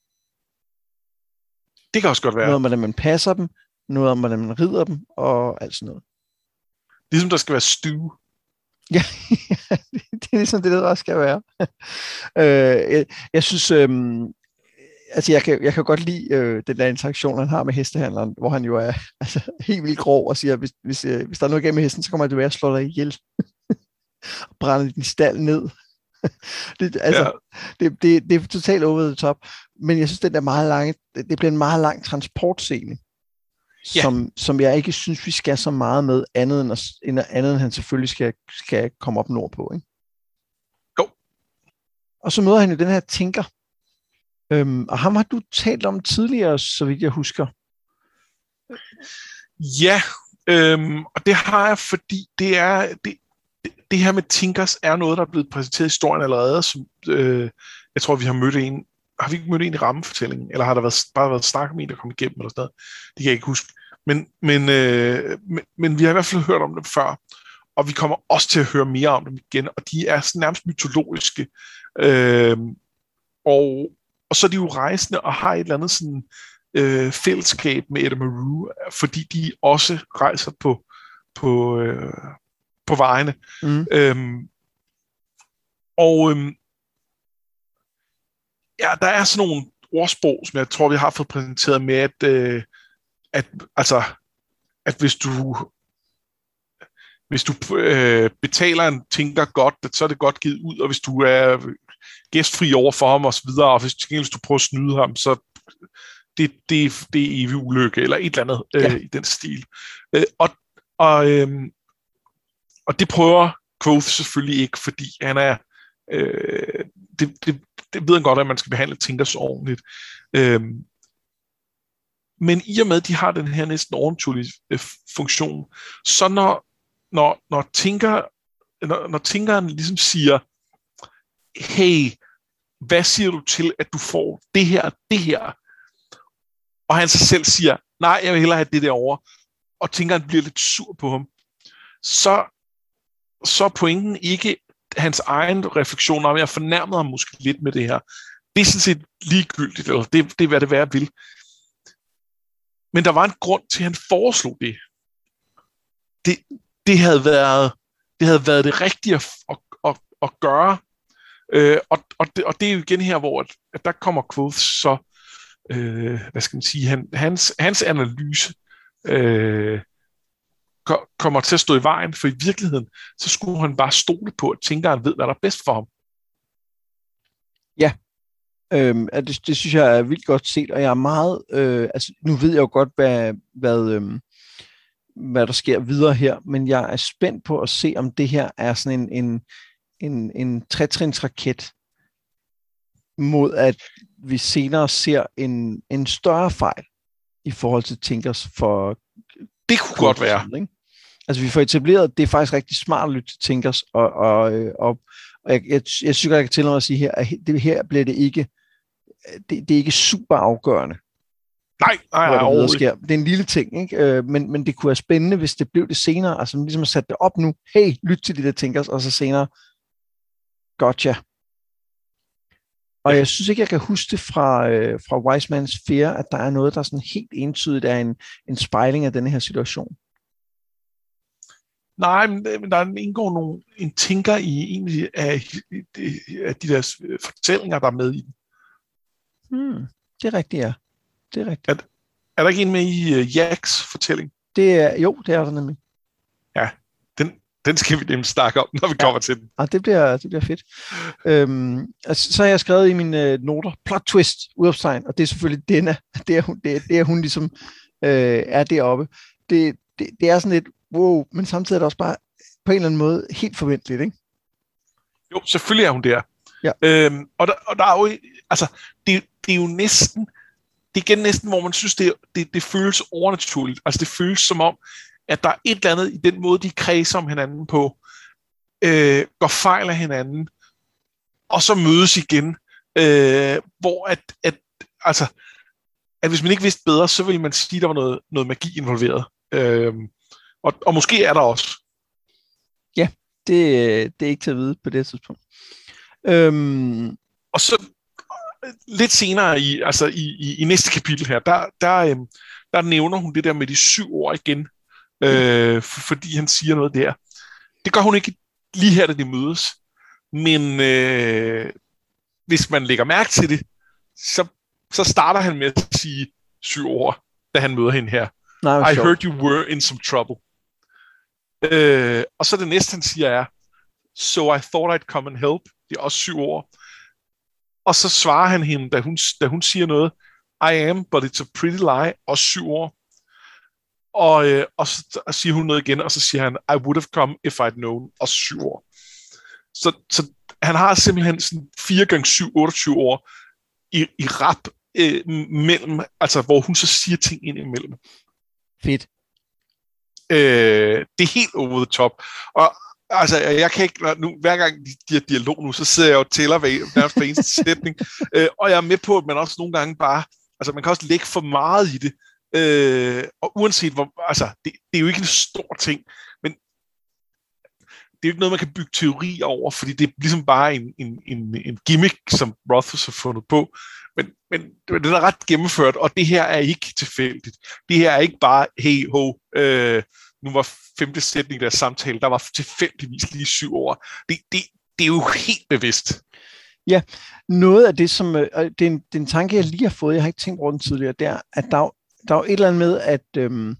Det kan også godt være. Noget om, hvordan man passer dem, noget om, hvordan man rider dem, og alt sådan noget. Ligesom der skal være stue. Ja, det er ligesom det, der også skal være. øh, jeg, jeg synes, øh, altså jeg kan, jeg kan godt lide øh, den der interaktion, han har med hestehandleren, hvor han jo er altså, helt vildt grov og siger, at hvis, hvis, øh, hvis der er noget galt med hesten, så kommer det være at slå dig ihjel og brænde din stald ned. det, altså, ja. det, det, det er totalt over the top. Men jeg synes, den er meget lange, det bliver en meget lang transportscene, ja. som, som jeg ikke synes, vi skal så meget med, andet end, end, andet end han selvfølgelig skal, skal komme op nordpå. Ikke? Jo. Og så møder han jo den her tænker. Øhm, og ham har du talt om tidligere, så vidt jeg husker. Ja, øhm, og det har jeg, fordi det er det, det, det her med Tinkers er noget, der er blevet præsenteret i historien allerede. Som, øh, jeg tror, vi har mødt en. Har vi ikke mødt en i rammefortællingen? Eller har der været, bare været snak om en, der kom igennem eller sådan noget? Det kan jeg ikke huske. Men, men, øh, men, men vi har i hvert fald hørt om dem før. Og vi kommer også til at høre mere om dem igen. Og de er sådan nærmest mytologiske. Øh, og Og så er de jo rejsende og har et eller andet sådan, øh, fællesskab med Edda Maru, fordi de også rejser på, på, øh, på vejene. Mm. Øhm, og øhm, ja, der er sådan nogle ordsprog, som jeg tror, vi har fået præsenteret med, at, øh, at, altså, at hvis du hvis du øh, betaler en tænker godt, så er det godt givet ud, og hvis du er gæstfri over for ham og så videre, og hvis, hvis du prøver at snyde ham, så det, det, det er evig ulykke, eller et eller andet øh, ja. i den stil. Øh, og, og, øh, og det prøver Kvothe selvfølgelig ikke, fordi han er øh, det, det, det ved han godt, at man skal behandle Tinkers ordentligt. Øh, men i og med, at de har den her næsten overnaturlige øh, funktion, så når når, når, Tinker, når, når Tinkeren ligesom siger, hey, hvad siger du til, at du får det her, det her? Og han så selv siger, nej, jeg vil hellere have det derovre. Og Tinkeren bliver lidt sur på ham. Så, så er pointen ikke hans egen refleksion om, jeg fornærmede ham måske lidt med det her. Det er sådan set ligegyldigt, eller det, det er, hvad det være vil. Men der var en grund til, at han foreslog det. Det, det, havde, været, det havde været det rigtige at, at, at, at gøre. Øh, og, og, det, og det er jo igen her, hvor at, at der kommer Kvothe så, øh, hvad skal man sige, han, hans, hans analyse øh, kommer til at stå i vejen, for i virkeligheden, så skulle han bare stole på, at Tinkeren ved, hvad der er bedst for ham. Ja, øhm, det, det synes jeg er vildt godt set, og jeg er meget, øh, altså nu ved jeg jo godt, hvad, hvad, øh, hvad der sker videre her, men jeg er spændt på at se, om det her er sådan en, en, en, en tretrinsraket mod, at vi senere ser en, en større fejl i forhold til Tinkers for... Det kunne godt være. Ikke? Altså vi får etableret, at det er faktisk rigtig smart at lytte til Tinkers, og, og, og, og jeg, jeg, jeg synes, jeg kan til at sige her, at det, her bliver det ikke, det, det er ikke super afgørende. Nej, nej, nej, nej sker. Det er en lille ting, ikke? Men, men det kunne være spændende, hvis det blev det senere, altså ligesom at sætte det op nu, hey, lyt til de der Tinkers, og så senere, gotcha. Og ja. Jeg synes ikke, jeg kan huske det fra, øh, fra Wise Man's Fear, at der er noget, der er sådan helt entydigt er en, en spejling af denne her situation. Nej, men, men der indgår nogle, en tinker i en af, af de der fortællinger, der er med i den. Hmm, det er rigtigt, ja. Det er rigtigt. Er, er der ikke en med i uh, Jaks fortælling? Det er, jo, det er der nemlig. Ja, den, den skal vi nemlig snakke om, når vi ja. kommer til den. Ja, det bliver, det bliver fedt. øhm, altså, så har jeg skrevet i mine øh, noter, plot twist, udopstegn, og det er selvfølgelig denne. Det er hun, det er, det er hun ligesom øh, er deroppe. Det, det, det er sådan lidt, wow, men samtidig er det også bare på en eller anden måde helt forventeligt, ikke? Jo, selvfølgelig er hun der. Ja. Øhm, og, der og der er jo, altså, det, det er jo næsten, det er igen næsten, hvor man synes, det, det, det føles overnaturligt. Altså det føles som om, at der er et eller andet i den måde, de kredser om hinanden på, øh, går fejl af hinanden, og så mødes igen, øh, hvor at, at, altså, at hvis man ikke vidste bedre, så ville man sige, at der var noget, noget magi involveret. Øh, og, og måske er der også. Ja, det, det er ikke til at vide på det tidspunkt. Øhm... Og så lidt senere i, altså i, i, i næste kapitel her, der, der, øh, der nævner hun det der med de syv år igen, øh, for, fordi han siger noget der. Det gør hun ikke lige her, da de mødes, men øh, hvis man lægger mærke til det, så, så starter han med at sige syv år, da han møder hende her. Nej, I heard you were in some trouble. Øh, og så det næste, han siger er, so I thought I'd come and help. Det er også syv år. Og så svarer han hende, da hun, da hun siger noget, I am, but it's a pretty lie, også syv år. Og, øh, og så og siger hun noget igen, og så siger han, I would have come if I'd known, også syv år. Så, så han har simpelthen sådan fire gange syv, otteogtyve år i, i rap øh, mellem, altså hvor hun så siger ting ind imellem. Fedt. Øh, det er helt over the top. Og altså, jeg kan ikke, nu, hver gang de har dialog nu, så sidder jeg og tæller nærmest hver eneste sætning, øh, og jeg er med på, at man også nogle gange bare, altså man kan også lægge for meget i det, øh, og uanset hvor, altså, det, det er jo ikke en stor ting, men det er jo ikke noget, man kan bygge teori over, fordi det er ligesom bare en, en, en, en gimmick, som Rothfuss har fundet på, men, men det er ret gennemført, og det her er ikke tilfældigt. Det her er ikke bare, hey ho, øh, nu var femte sætning der samtale, der var tilfældigvis lige syv år. Det, det, det er jo helt bevidst. Ja, noget af det, som, øh, det, er en, det er en tanke, jeg lige har fået, jeg har ikke tænkt over den tidligere, det er, at der, der er et eller andet med, at øhm,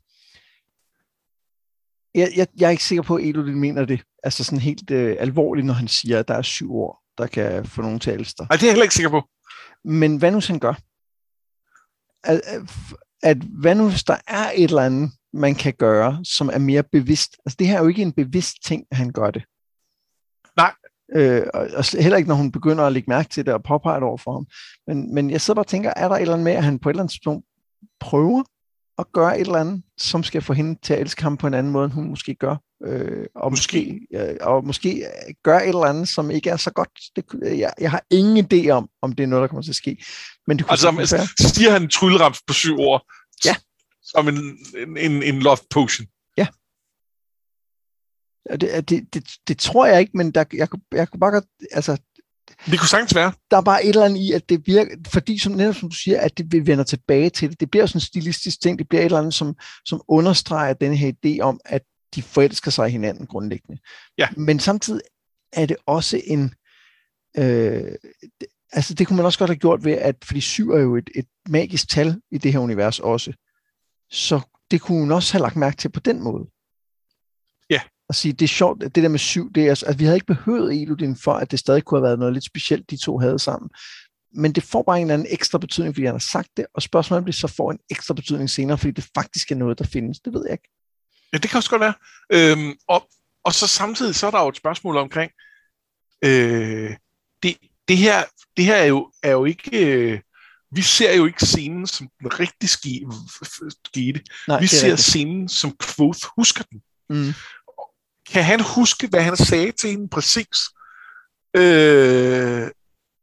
jeg, jeg, jeg er ikke sikker på, at Elodin mener det, altså sådan helt øh, alvorligt, når han siger, at der er syv år, der kan få nogen til at elske dig. Nej, det er jeg heller ikke sikker på. Men hvad nu han gør? At, at hvad nu, hvis der er et eller andet, man kan gøre, som er mere bevidst. Altså det her er jo ikke en bevidst ting, at han gør det. Nej. Øh, og, og heller ikke, når hun begynder at lægge mærke til det og påpege det over for ham. Men, men jeg sidder bare og tænker, er der et eller andet med, at han på et eller andet tidspunkt prøver at gøre et eller andet, som skal få hende til at elske ham på en anden måde, end hun måske gør. Øh, og, måske. Måske, øh, og måske gør et eller andet, som ikke er så godt. Det, jeg, jeg har ingen idé om, om det er noget, der kommer til at ske. Men det kunne altså, stiger han en trylleramp på syv år? Ja. Som en, en, en love potion. Ja. Det, det, det, det tror jeg ikke, men der, jeg, jeg kunne bare godt, altså... Det kunne sagtens være. Der er bare et eller andet i, at det virker, fordi som, netop som du siger, at det vi vender tilbage til det. Det bliver sådan en stilistisk ting, det bliver et eller andet, som, som understreger den her idé om, at de forelsker sig i hinanden grundlæggende. Ja. Men samtidig er det også en... Øh, det, altså det kunne man også godt have gjort ved, at fordi syv er jo et, et magisk tal i det her univers også. Så det kunne hun også have lagt mærke til på den måde. Ja. Og sige, det er sjovt, at det der med syv, det er, altså, at vi havde ikke behøvet Elodin for, at det stadig kunne have været noget lidt specielt, de to havde sammen. Men det får bare en eller anden ekstra betydning, fordi han har sagt det, og spørgsmålet bliver så får en ekstra betydning senere, fordi det faktisk er noget, der findes. Det ved jeg ikke. Ja, det kan også godt være. Øhm, og, og så samtidig, så er der jo et spørgsmål omkring, øh, det, det, her, det her er jo, er jo ikke... Øh, vi ser jo ikke scenen, som den rigtig skete. Nej, vi ser rigtigt. Scenen, som Kvothe husker den. Mm. Kan han huske, hvad han sagde til hende præcis? Øh,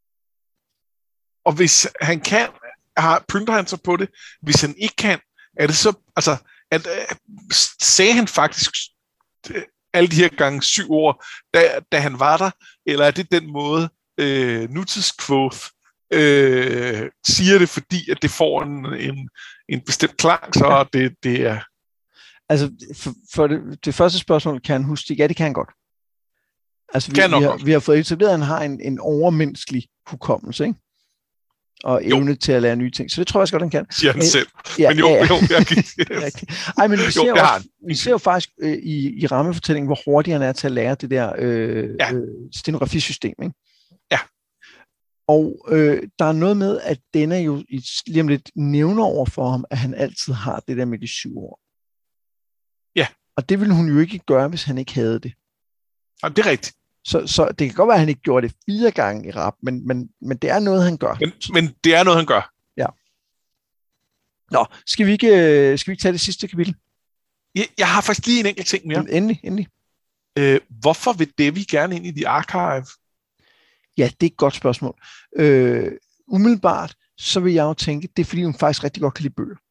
og hvis han kan, har, pynter han sig på det. Hvis han ikke kan, er det så... Altså, at, at, sagde han faktisk alle de her gange syv år, da, da han var der? Eller er det den måde, øh, nutidskvothe Øh, siger det, fordi at det får en, en, en bestemt klang, så ja. det, det er... Altså, for, for det, det første spørgsmål, kan han huske det? Ja, det kan han godt. Altså, vi, kan vi, har, vi har fået etableret, at han har en, en overmenneskelig hukommelse, ikke? Og evne jo. til at lære nye ting. Så det tror jeg også godt, han kan. Siger han men, selv. Ja, men jo, ja, ja. jo, jeg kan... Ej, men vi ser jo, også, vi ser jo faktisk øh, i, i rammefortællingen, hvor hurtigt han er til at lære det der øh, ja. øh, stenografisystem, ikke? Ja. Og øh, der er noget med, at denne jo lige om lidt nævner over for ham, at han altid har det der med de syv år. Ja. Og det ville hun jo ikke gøre, hvis han ikke havde det. Ja, det er rigtigt. Så, så det kan godt være, at han ikke gjorde det fire gange i rap, men, men, men det er noget, han gør. Men, men det er noget, han gør. Ja. Nå, skal vi ikke, skal vi ikke tage det sidste kapitel? Jeg, jeg har faktisk lige en enkelt ting mere. Endelig, endelig. øh, hvorfor vil Devi gerne ind i The Archive? Ja, det er et godt spørgsmål. Øh, umiddelbart, så vil jeg jo tænke, det er fordi, hun faktisk rigtig godt kan lide bøger.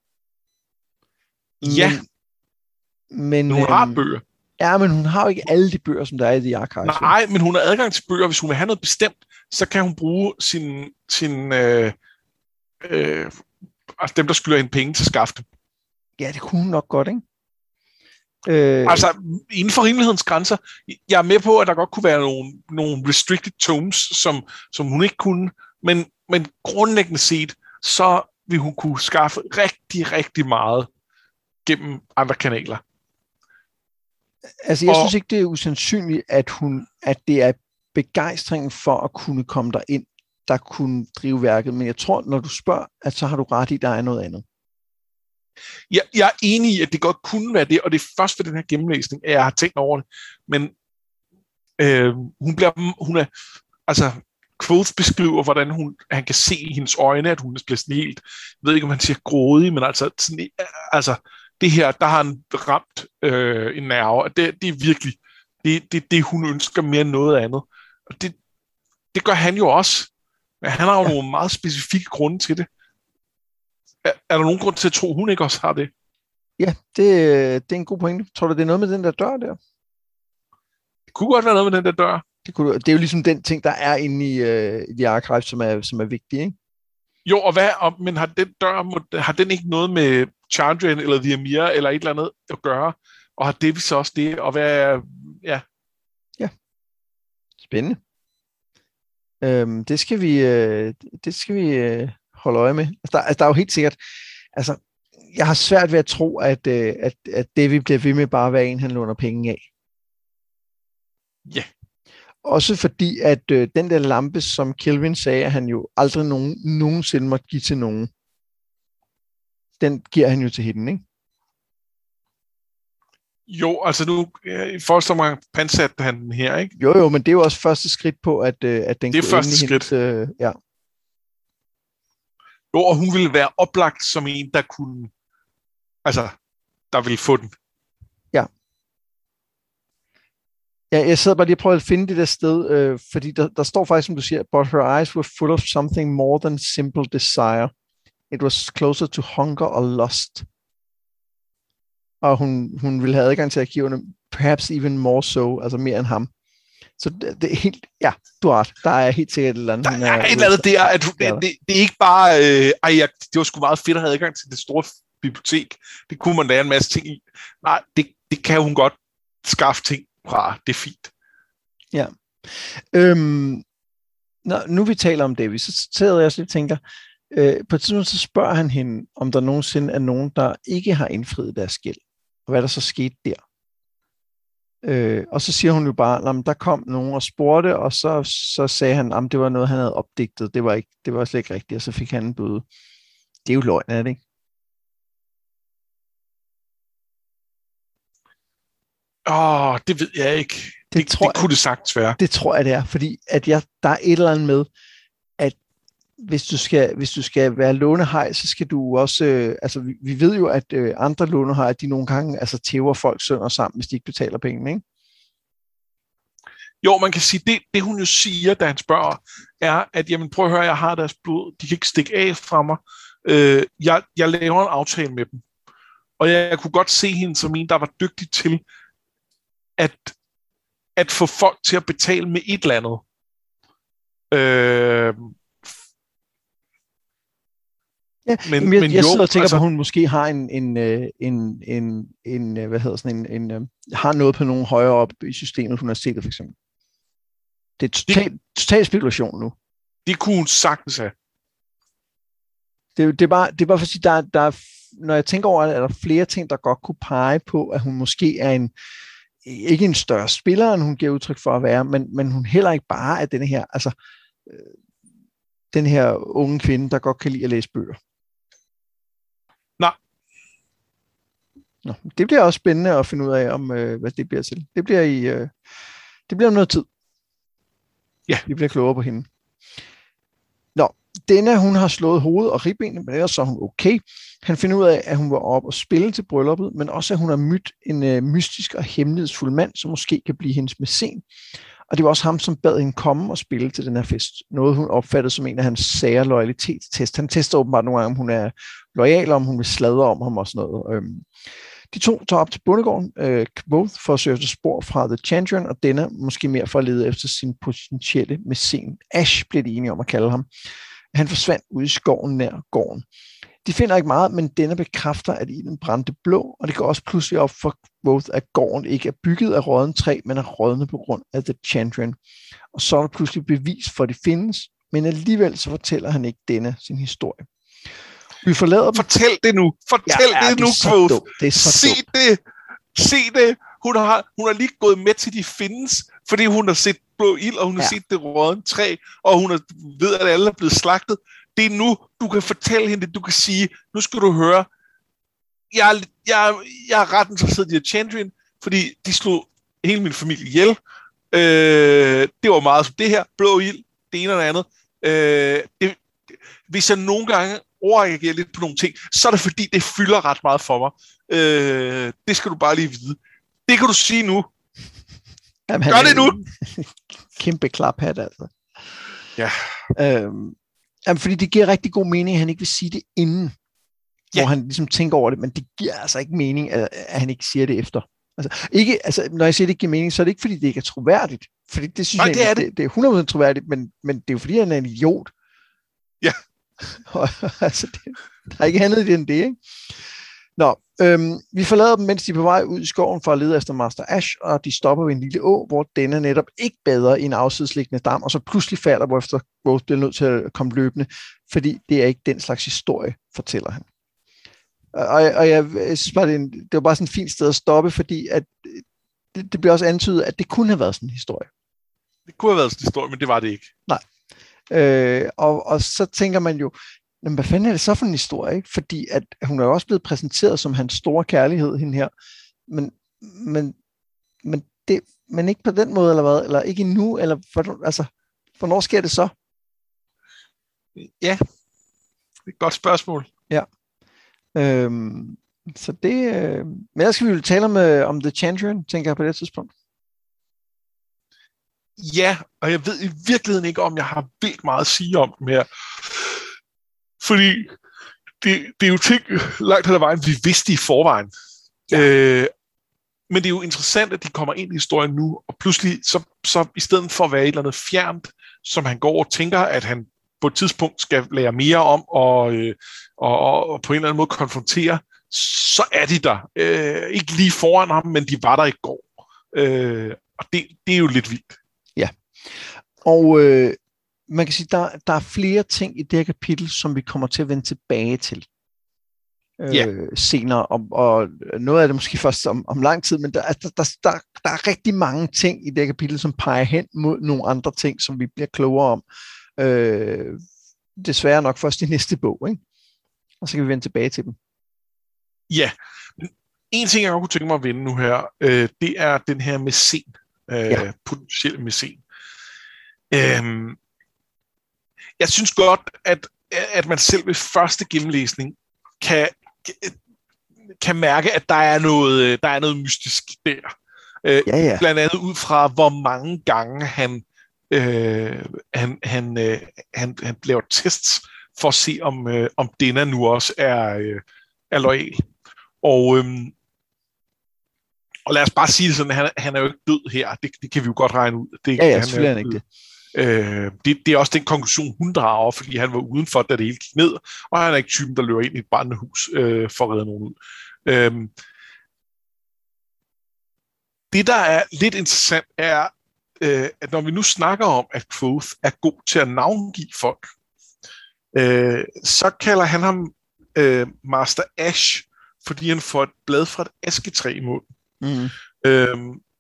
Ja, men, men hun øhm, har bøger. Ja, men hun har jo ikke alle de bøger, som der er i The Archive. Nej, men hun har adgang til bøger. Hvis hun vil have noget bestemt, så kan hun bruge sin, sin øh, øh, altså dem, der skylder hende penge til at skaffe dem. Ja, det kunne hun nok godt, ikke? Øh... Altså, inden for rimelighedens grænser, jeg er med på, at der godt kunne være nogle, nogle restricted tomes, som, som hun ikke kunne, men, men grundlæggende set, så vil hun kunne skaffe rigtig, rigtig meget gennem andre kanaler. Altså, jeg og, synes ikke, det er usandsynligt, at, hun, at det er begejstringen for at kunne komme derind, der kunne drive værket, men jeg tror, når du spørger, at så har du ret i, at der er noget andet. Jeg, jeg er enig i, at det godt kunne være det, og det er først ved den her gennemlæsning, at jeg har tænkt over det. Men øh, hun bliver, hun er, altså, Quoth beskriver, hvordan hun, han kan se i hendes øjne, at hun bliver sådan helt, jeg ved ikke, om han siger grådig, men altså, sådan, altså det her, der har han ramt øh, en nerve, og det, det er virkelig, det, det, det hun ønsker mere end noget andet. Og det, det gør han jo også. Men han har jo ja. nogle meget specifikke grunde til det. Er, er der nogen grund til at tro, hun ikke også har det? Ja, det, det er en god pointe. Tror du, det er noget med den der dør der? Det kunne godt være noget med den der dør. Det, kunne, det er jo ligesom den ting, der er inde i, uh, i The Archive, som er, som er vigtig, ikke? Jo, og hvad, og, men har den dør, har den ikke noget med Chandrian eller The Emir eller et eller andet at gøre? Og har det så også det? Og hvad er, ja. Ja. Spændende. Øhm, det skal vi, øh, det skal vi øh, holde øje med. Altså, der, altså, der er jo helt sikkert, altså, jeg har svært ved at tro, at, øh, at, at Devi bliver ved med bare at være en, han låner penge af. Ja. Yeah. Også fordi, at øh, den der lampe, som Kelvin sagde, at han jo aldrig nogen, nogensinde måtte give til nogen, den giver han jo til hende, ikke? Jo, altså nu, i første omgang pansatte han den her, ikke? Jo, jo, men det er jo også første skridt på, at, øh, at den det er kunne første skridt. Hendes, øh, ja. Jo, og hun ville være oplagt som en, der kunne, altså, der ville få den. Ja. Ja, jeg sidder bare lige og prøver at finde det der sted, øh, fordi der, der står faktisk, som du siger, but her eyes were full of something more than simple desire. It was closer to hunger or lust. Og hun, hun ville have adgang til arkiverne, perhaps even more so, altså mere end ham. Så det, det er helt, ja, du har ret. Der er helt sikkert et eller andet. Der er, er et eller andet der, at hun, det, det, det er ikke bare, øh, ej, jeg, det var sgu meget fedt at have adgang til det store bibliotek. Det kunne man lære en masse ting i. Nej, det, det kan hun godt skaffe ting fra. Det er fint. Ja. Øhm, når, nu vi taler om Devi, så sidder jeg også lidt og tænker, øh, på et tidspunkt så spørger han hende, om der nogensinde er nogen, der ikke har indfriet deres gæld. Og hvad der så skete der. Øh, og så siger hun jo bare, at der kom nogen og spurgte, og så, så sagde han, at det var noget, han havde opdigtet. Det var, ikke, det var slet ikke rigtigt, og så fik han en bøde. Det er jo løgn, er det ikke? Åh, det ved jeg ikke. Det, det, tror det kunne jeg, det sagtens være. Det tror jeg, det er, fordi at jeg, der er et eller andet med, at hvis du skal, hvis du skal være lånehaj, så skal du også, øh, altså vi, vi ved jo, at øh, andre lånehajer, de nogle gange altså tæver folk sønder sammen, hvis de ikke betaler penge, ikke? Jo, man kan sige, det, det hun jo siger, da han spørger, er, at jamen prøv at høre, jeg har deres blod, de kan ikke stikke af fra mig, øh, jeg, jeg laver en aftale med dem, og jeg, jeg kunne godt se hende som en, der var dygtig til at, at få folk til at betale med et eller andet. Øh, Ja, men, men jeg, jeg sidder og tænker altså, på, at hun måske har en, en, en, en, en hvad hedder sådan en, en, har noget på nogen højere op i systemet, universitetet for eksempel. Det er total, total spekulation nu. Det kunne hun sagtens have. Det, det, er bare, det er bare fordi, der, der er, når jeg tænker over, at der er flere ting, der godt kunne pege på, at hun måske er en, ikke en større spiller, end hun giver udtryk for at være, men, men hun heller ikke bare er denne her, altså den her unge kvinde, der godt kan lide at læse bøger. Nej. Nå, det bliver også spændende at finde ud af, om øh, hvad det bliver til. Det bliver i, øh, det bliver om noget tid. Ja. Vi bliver klogere på hende. Nå, Denne, hun har slået hovedet og ribbenet, men ellers så er hun okay. Han finder ud af, at hun var op og spille til brylluppet, men også, at hun har mødt en øh, mystisk og hemmelighedsfuld mand, som måske kan blive hendes mæcen. Og det var også ham, som bad hende komme og spille til den her fest. Noget, hun opfattede som en af hans sære loyalitetstest. Han tester åbenbart nogle gange, om hun er loyal, om hun vil sladre om ham og sådan noget. Øhm, De to tager op til bondegården, øh, Kvothe for at søge efter spor fra The Chandrian, og denne måske mere for at lede efter sin potentielle mæcen. Ash blev de enige om at kalde ham. Han forsvandt ude i skoven nær gården. De finder ikke meget, men denne bekræfter, at ilden brændte blå, og det går også pludselig op for Kvothe, at gården ikke er bygget af rådden træ, men er rådne på grund af The Chandrian. Og så er der pludselig bevis for, at de findes, men alligevel så fortæller han ikke denne sin historie. Vi forlader dem. Fortæl det nu. Fortæl ja, det, det nu, Kvothe. Sig det. Sig det. Hun har, hun har lige gået med til, de findes, fordi hun har set blå ild, og hun ja. har set det rådne træ, og hun har, ved, at alle er blevet slagtet. Det er nu, du kan fortælle hende det. Du kan sige, nu skal du høre, jeg, jeg, jeg er ret interesseret i The Chandrian, fordi de slog hele min familie ihjel. Øh, det var meget som det her. Blå ild, det ene og det andet. Øh, det, hvis jeg nogle gange overreagerer lidt på nogle ting, så er det fordi, det fylder ret meget for mig. Øh, det skal du bare lige vide. Det kan du sige nu. Jamen, Gør det nu! Kæmpe klaphat, altså. Ja. Øhm, jamen, fordi det giver rigtig god mening, at han ikke vil sige det inden, ja. hvor han ligesom tænker over det, men det giver altså ikke mening, at, at han ikke siger det efter. Altså, ikke, altså, når jeg siger, at det ikke giver mening, så er det ikke, fordi det ikke er troværdigt. Fordi det synes Nej, jeg, det er, det. Det, det er hundrede procent troværdigt, men, men det er jo fordi, han er en idiot. Ja. altså, det, der er ikke andet i det end det, ikke? Nå, øhm, vi forlader dem, mens de er på vej ud i skoven for at lede efter Master Ash, og de stopper ved en lille å, hvor denne netop ikke bader i en afsidesliggende dam, og så pludselig falder, hvorefter Kvothe bliver nødt til at komme løbende, fordi det er ikke den slags historie, fortæller han. Og, og jeg, jeg synes bare, det, en, det var bare sådan et fint sted at stoppe, fordi at det, det bliver også antydet, at det kunne have været sådan en historie. Det kunne have været sådan en historie, men det var det ikke. Nej. Øh, og, og så tænker man jo, men hvad fanden er det så for en historie, ikke? Fordi at hun er jo også blevet præsenteret som hans store kærlighed, hende her. Men, men, men, det, men ikke på den måde, eller hvad? Eller ikke endnu? Eller for, altså, hvornår sker det så? Ja, det er et godt spørgsmål. Ja. Øhm, så det... Øh, men ellers skal vi jo tale om, øh, om The Chandrian, tænker jeg på det tidspunkt. Ja, og jeg ved i virkeligheden ikke, om jeg har vildt meget at sige om dem her. Fordi det, det er jo ting langt hen ad vejen, vi vidste i forvejen. Ja. Øh, men det er jo interessant, at de kommer ind i historien nu, og pludselig, så, så i stedet for at være et eller andet fjernt, som han går og tænker, at han på et tidspunkt skal lære mere om, og, øh, og, og, og på en eller anden måde konfrontere, så er de der. Øh, ikke lige foran ham, men de var der i går. Øh, og det, det er jo lidt vildt. Ja, og øh, man kan sige, der, der er flere ting i det her kapitel, som vi kommer til at vende tilbage til øh, yeah. senere, og, og noget af det måske først om, om lang tid, men der, der, der, der, der er rigtig mange ting i det her kapitel, som peger hen mod nogle andre ting, som vi bliver klogere om. Øh, desværre nok først i næste bog, ikke? Og så kan vi vende tilbage til dem. Ja, men en ting, jeg godt kunne tænke mig at vende nu her, øh, det er den her mæcen, øh, ja. potentielle mæcen. Øhm, jeg synes godt, at, at man selv ved første gennemlæsning kan, kan mærke, at der er noget, der er noget mystisk der. Øh, ja, ja. Blandt andet ud fra, hvor mange gange han, øh, han, han, øh, han, han laver tests for at se, om, øh, om Denna nu også er, øh, er loyal. Og, øh, og lad os bare sige det sådan, han, han er jo ikke død her. Det, det kan vi jo godt regne ud. Det, ja, ja, han selvfølgelig er han ikke det. Øh, det, det er også den konklusion, hun drager, fordi han var udenfor, da det hele gik ned, og han er ikke typen, der løber ind i et brændende hus øh, for at redde nogen ud. Øh, det, der er lidt interessant, er, øh, at når vi nu snakker om, at Kvothe er god til at navngive folk, øh, så kalder han ham øh, Master Ash, fordi han får et blad fra et asketræ i munden. Mm. Øh,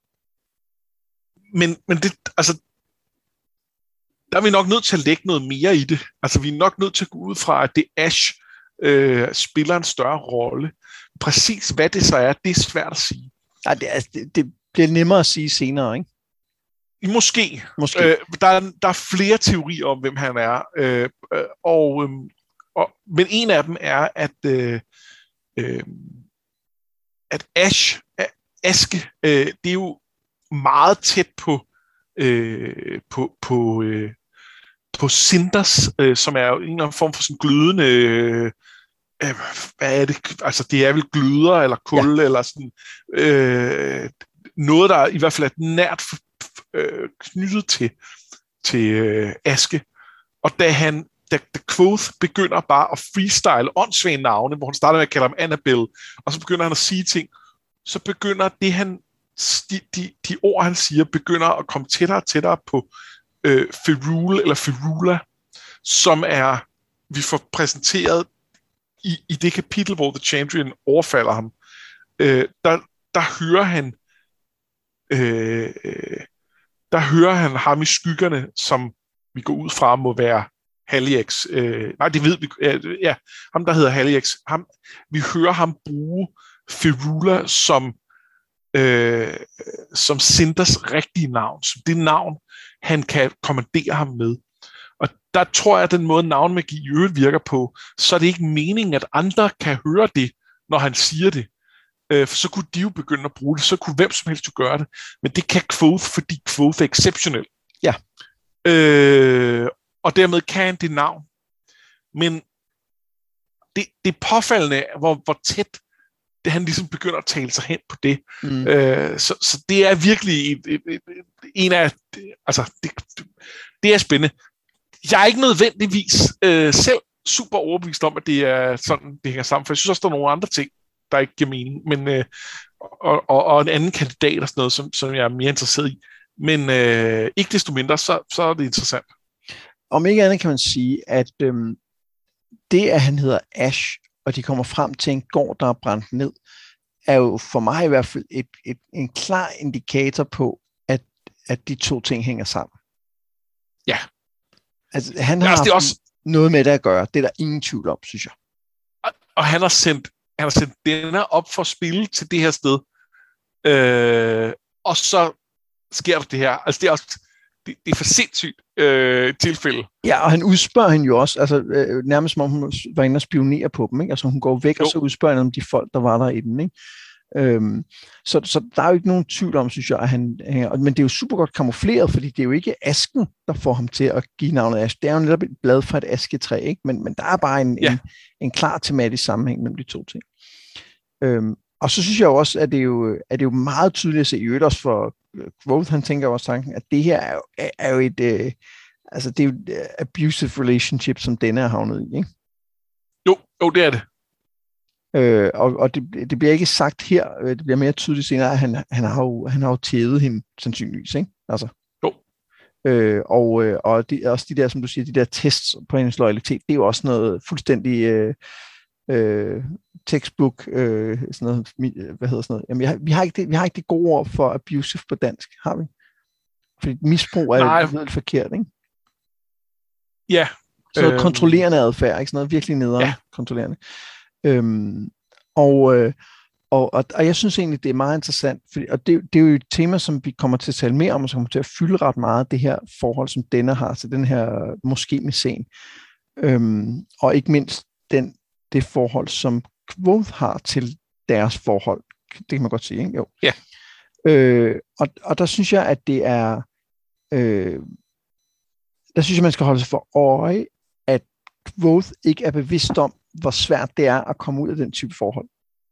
men, men det, altså, der er vi nok nødt til at lægge noget mere i det. Altså, vi er nok nødt til at gå ud fra, at det Ash øh, spiller en større rolle. Præcis hvad det så er, det er svært at sige. Ja, det, altså, det, det bliver nemmere at sige senere, ikke? Måske. Måske. Øh, der, er, der er flere teorier om, hvem han er. Øh, øh, og, øh, og, men en af dem er, at, øh, øh, at Ash, Aske, øh, det er jo meget tæt på, øh, på, på, øh, på Cinders, øh, som er jo en eller anden form for sådan glødende... Øh, hvad er det? Altså, det er vel gløder eller kul, ja. Eller sådan øh, noget, der i hvert fald er nært øh, knyttet til, til øh, Aske. Og da han, da, da Kvothe begynder bare at freestyle åndssvage navne, hvor han starter med at kalde ham Annabelle, og så begynder han at sige ting, så begynder det, han, de, de, de ord, han siger, begynder at komme tættere og tættere på øh, Ferule eller Ferula, som er, vi får præsenteret I, i det kapitel, hvor The Chandrian overfalder ham, øh, der, der hører han øh, der hører han ham i skyggerne, som vi går ud fra må være Haliax. Øh, nej, det ved vi. Øh, ja, ham der hedder Haliax. Ham, vi hører ham bruge Ferula som øh, som Cinders rigtige navn, som det navn, han kan kommandere ham med. Og der tror jeg, at den måde navnmagi i øvrigt virker på, så er det ikke meningen, at andre kan høre det, når han siger det. Øh, for så kunne de jo begynde at bruge det, så kunne hvem som helst jo gøre det. Men det kan Kvothe, fordi Kvothe er exceptionel. Ja. Øh, og dermed kan han det navn. Men det, det er påfaldende, hvor, hvor tæt det, han ligesom begynder at tale sig hen på det. Mm. Øh, så, så det er virkelig et, et, et, et, en af... Altså, det, det er spændende. Jeg er ikke nødvendigvis øh, selv super overbevist om, at det er sådan, det hænger sammen. For jeg synes også, der er nogle andre ting, der ikke giver mening. Men, øh, og, og, og en anden kandidat og sådan noget, som, som jeg er mere interesseret i. Men øh, ikke desto mindre, så, så er det interessant. Om ikke andet kan man sige, at øhm, det, at han hedder Ash, og de kommer frem til en gård, der er brændt ned, er jo for mig i hvert fald et, et, en klar indikator på, at, at de to ting hænger sammen. Ja. Altså, han har ja, altså, det er også noget med det at gøre. Det er der ingen tvivl om, synes jeg. Og, og han har sendt han har sendt denne op for at spille til det her sted. Øh, og så sker der det her. Altså, det er også det, det er for sindssygt øh, tilfælde. Ja, og han udspørger hende jo også, altså øh, nærmest som om hun var inde og spionere på dem, ikke? Altså hun går væk, jo. Og så udspørger hende om de folk, der var der i den, ikke? Øhm, så, så der er jo ikke nogen tvivl om, synes jeg, at han, han, men det er jo super godt kamufleret, fordi det er jo ikke asken, der får ham til at give navnet Ash. Det er jo netop et blad fra et asketræ, ikke? Men, men der er bare en, ja. en, en klar tematisk sammenhæng mellem de to ting. Øhm, og så synes jeg jo også, at det er jo, at det er jo meget tydeligt at se, i øvrigt også for Kvothe, han tænker også tanken, at det her er jo, er jo et, øh, altså det er jo et abusive relationship, som denne er havnet i, ikke? Jo, jo, det er det. Øh, og og det, det bliver ikke sagt her, det bliver mere tydeligt senere, at han, han har jo, han har jo tævet hende sandsynligvis, ikke? Altså. Jo. Øh, og og de, også de der, som du siger, de der tests på hendes loyalitet, det er jo også noget fuldstændig øh, øh, textbook, øh, sådan noget, hvad hedder sådan noget. Jamen, vi, har, vi, har ikke det, vi har ikke det gode ord for abusive på dansk, har vi? Fordi misbrug er noget forkert, ikke? Ja. Så noget øh, kontrollerende adfærd, ikke? Sådan noget virkelig nederen ja. kontrollerende. Øhm, og, øh, og, og, og jeg synes egentlig, det er meget interessant, fordi, og det, det er jo et tema, som vi kommer til at tale mere om, og som kommer til at fylde ret meget, det her forhold, som denne har til den her moské med scen. Øhm, og ikke mindst den, det forhold, som Kvothe har til deres forhold. Det kan man godt sige, ikke? Jo. Ja. Øh, og, og der synes jeg, at det er øh, der synes jeg, man skal holde sig for øje, at Kvothe ikke er bevidst om, hvor svært det er at komme ud af den type forhold.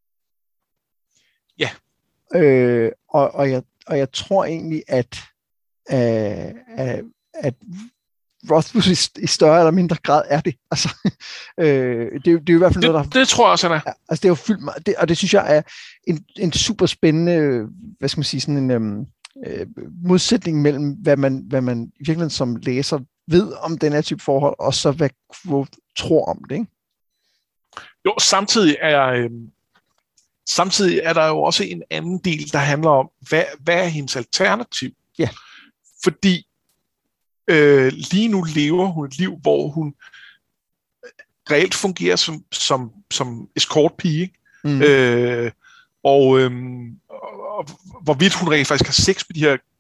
Ja. Øh, og, og, jeg, og jeg tror egentlig, at, øh, at, at Rothfuss i, i større eller mindre grad er det. Altså, øh, det, det er jo i hvert fald det, noget, der... Det tror jeg også, han er. Altså, det er jo fyldt, det, og det synes jeg er en, en super spændende, hvad skal man sige, sådan en øhm, øh, modsætning mellem, hvad man, hvad man i virkeligheden som læser ved om den her type forhold, og så hvad Kvothe tror om det, ikke? Jo, samtidig er, øh, samtidig er der jo også en anden del, der handler om, hvad, hvad er hendes alternativ? Ja. Fordi øh, lige nu lever hun et liv, hvor hun reelt fungerer som, som, som escortpige, mm. øh, og, øh, og hvorvidt hun rent faktisk har sex med de her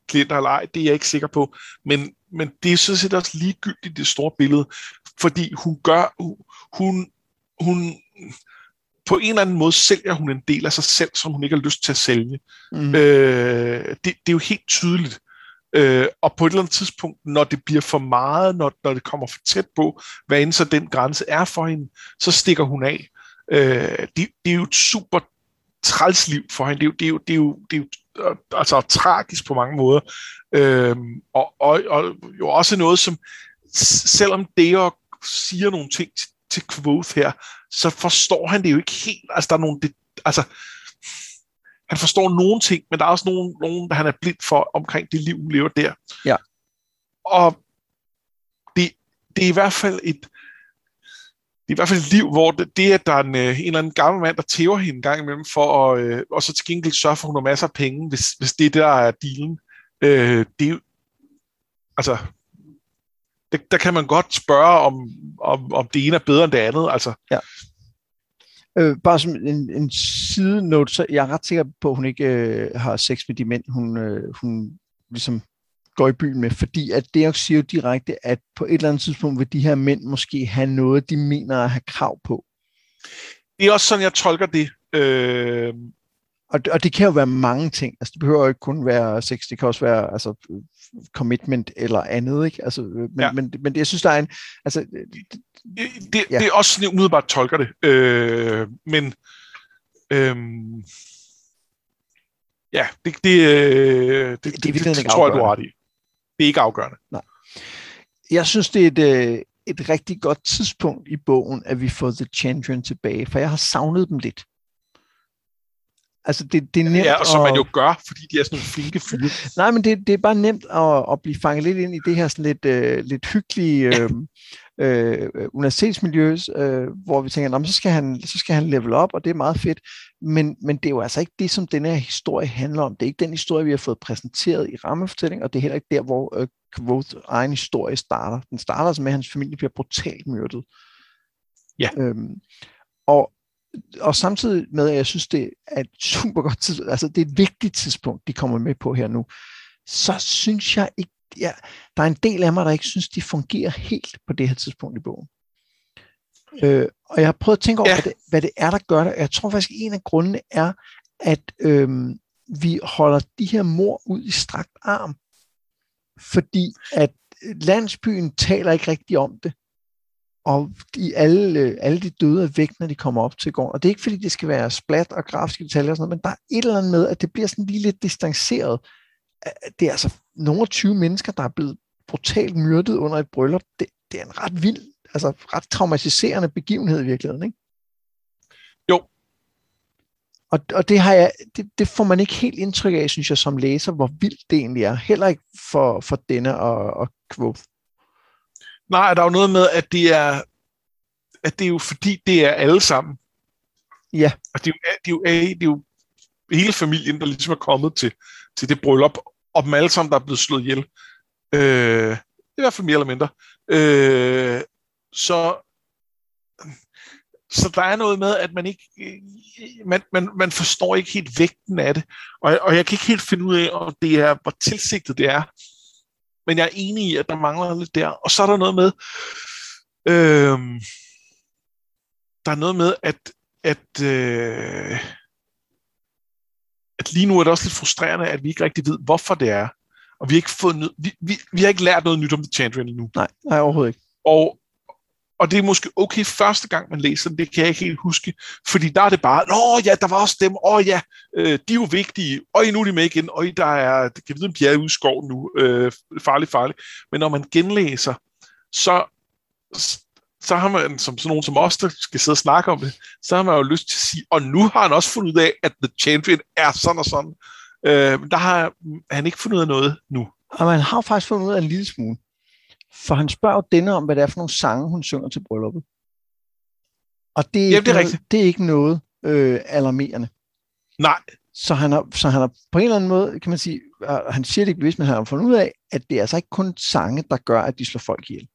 klienter eller ej, det er jeg ikke sikker på. Men, men det er sådan set også ligegyldigt i det store billede, fordi hun gør, hun, hun på en eller anden måde sælger hun en del af sig selv, som hun ikke har lyst til at sælge. Mm. Øh, det, det er jo helt tydeligt. Øh, og på et eller andet tidspunkt, når det bliver for meget, når, når det kommer for tæt på, hvad end så den grænse er for hende, så stikker hun af. Øh, det, det er jo et super træls liv for hende. Det er jo, det er jo, det er jo, det er jo altså tragisk på mange måder. Øh, og, og, og jo også noget, som selvom Deor siger nogle ting til, til Kvothe her, så forstår han det jo ikke helt. Altså, der er nogle... Det, altså, han forstår nogle ting, men der er også nogen, nogen, der han er blind for omkring det liv, hun lever der. Ja. Og det, det er i hvert fald et det er i hvert fald et liv, hvor det, det at der er en, en eller anden gammel mand, der tæver hende en gang imellem, for at øh, og så til gengæld sørge for, at hun har masser af penge, hvis, hvis det er der er dealen. Øh, det er jo, altså, det, der kan man godt spørge, om, om, om det ene er bedre end det andet. Altså. Ja. Øh, bare som en, en side-note, så jeg er ret sikker på, at hun ikke øh, har sex med de mænd, hun, øh, hun ligesom går i byen med, fordi at det siger jo direkte, at på et eller andet tidspunkt vil de her mænd måske have noget, de mener at have krav på. Det er også sådan, jeg tolker det. Øh... Og, og det kan jo være mange ting. Altså, det behøver jo ikke kun være sex, det kan også være altså, commitment eller andet, ikke? Altså, men, ja. men, men jeg synes, der er en... Altså, det, det, ja. det er også sådan, jeg umiddelbart tolker det. Øh, men... Øh... Ja, det, det, det, det, det, det, det tror jeg, du har ret i. Det er ikke afgørende. Nej. Jeg synes, det er et, et rigtig godt tidspunkt i bogen, at vi får The Chandrian tilbage, for jeg har savnet dem lidt. Altså, det, det er nemt ja, og som at... man jo gør, fordi de er sådan nogle flinke fyre. Nej, men det, det er bare nemt at, at blive fanget lidt ind i det her sådan lidt, uh, lidt hyggelige uh, uh, universitetsmiljø, uh, hvor vi tænker, så skal, han, så skal han level op, og det er meget fedt. Men, men det er jo altså ikke det, som den her historie handler om. Det er ikke den historie, vi har fået præsenteret i rammefortællingen, og det er heller ikke der, hvor uh, Kvoths egen historie starter. Den starter altså med, at hans familie bliver brutalt myrdet. Ja. Øhm, og Og samtidig med, at jeg synes, det er et super godt tidspunkt, altså det er et vigtigt tidspunkt, de kommer med på her nu, så synes jeg ikke, ja, der er en del af mig, der ikke synes, de fungerer helt på det her tidspunkt i bogen. Øh, og jeg har prøvet at tænke over, ja. hvad, det, hvad det er, der gør det. Jeg tror faktisk, en af grundene er, at øhm, vi holder de her mor ud i strakt arm, fordi at landsbyen taler ikke rigtig om det. Og de, alle, alle de døde er væk, når de kommer op til gården. Og det er ikke, fordi det skal være splat og grafiske detaljer og sådan noget, men der er et eller andet med, at det bliver sådan lige lidt distanceret. Det er altså nogle tyve mennesker, der er blevet brutalt myrdet under et bryllup. Det, det er en ret vild, altså ret traumatiserende begivenhed i virkeligheden, ikke? Jo. Og, og det, har jeg, det, det får man ikke helt indtryk af, synes jeg, som læser, hvor vildt det egentlig er. Heller ikke for, for denne og, og Kvothe. Nej, der er jo noget med, at det er, at det er jo fordi, det er alle sammen. Ja. Og det er jo, det er jo, det er jo hele familien, der ligesom er kommet til, til det bryllup, og dem alle sammen, der er blevet slået ihjel. Øh, I hvert fald mere eller mindre. Øh, så, så der er noget med, at man ikke, man, man, man forstår ikke helt vægten af det, og, og jeg kan ikke helt finde ud af, om det er, hvor tilsigtet det er. Men jeg er enig i, at der mangler lidt der. Og så er der noget med, øh, der er noget med, at, at, øh, at lige nu er det også lidt frustrerende, at vi ikke rigtig ved, hvorfor det er. Og vi har ikke, fået nød, vi, vi, vi har ikke lært noget nyt om The Chandrian endnu. Nej, nej, overhovedet ikke. Og, og det er måske okay første gang, man læser den, det kan jeg ikke helt huske. Fordi der er det bare, nå ja, der var også dem, åh ja, øh, de er jo vigtige, og nu er de med igen, og der er, det kan vide, om de er ude i skoven nu, øh, farligt, farligt. Men når man genlæser, så, så har man, som sådan nogen som os, der skal sidde og snakke om det, så har man jo lyst til at sige, og nu har han også fundet ud af, at The Chandrian er sådan og sådan. Øh, men der har han ikke fundet ud af noget nu. Og man har faktisk fundet ud af en lille smule. For han spørger jo denne om, hvad det er for nogle sange, hun synger til brylluppet. Og det er, Jamen, det er, noget, det er ikke noget øh, alarmerende. Nej. Så han, har, så han har på en eller anden måde, kan man sige, han siger det ikke bevidst, men han har fundet ud af, at det er altså ikke kun sange, der gør, at de slår folk ihjel.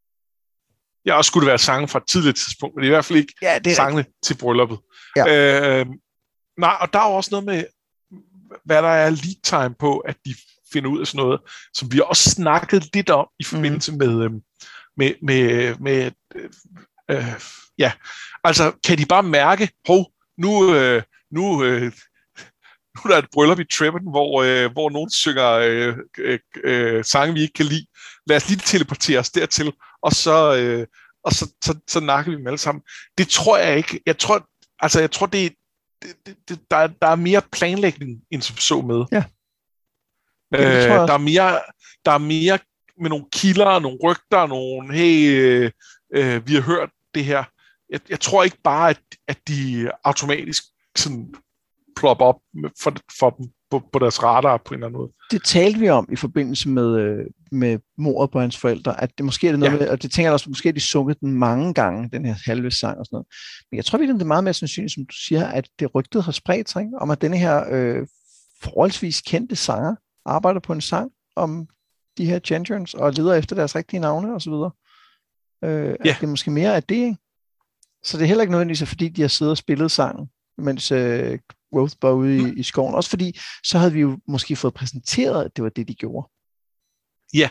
Ja, også skulle det være sange fra et tidligt tidspunkt, men det er i hvert fald ikke ja, det er sangene rigtigt. Til brylluppet. Ja. Øh, nej, og der er jo også noget med, hvad der er lead time på, at de finder ud af sådan noget, som vi også snakket lidt om i forbindelse mm. med, øh, med, med, med øh, ja, altså kan de bare mærke, hov, nu, øh, nu, øh, nu er der et bryllup i Trevorton, hvor, øh, hvor nogen synger øh, øh, øh, sange, vi ikke kan lide. Lad os lige teleportere os dertil, og så, øh, og så, så, så nakker vi dem alle sammen. Det tror jeg ikke. Jeg tror, altså, jeg tror det, det, det, der, er, der er mere planlægning, end som så med. Ja. Øh, der, er mere, der er mere med nogle kilder, nogle rygter, nogle, hey, øh, øh, vi har hørt det her. Jeg, jeg tror ikke bare, at, at de automatisk sådan plopper op for, for dem på, på deres radar på en eller anden måde. Det talte vi om i forbindelse med, med mordet på hans forældre, at det måske er det noget ja. med, og det tænker jeg også, måske de sunget den mange gange, den her halve sang og sådan noget. Men jeg tror virkelig, det er meget mere sandsynligt, som du siger, at det rygtet har spredt sig, ikke? Om at denne her øh, forholdsvis kendte sanger arbejder på en sang om de her Gendrons og leder efter deres rigtige navne og så videre. Øh, ja. At det er måske mere af det, ikke? Så det er heller ikke nødvendigvis, fordi de har siddet og spillet sangen, mens øh, Roth var ude i, i skoven. Også fordi, så havde vi jo måske fået præsenteret, at det var det, de gjorde. Ja.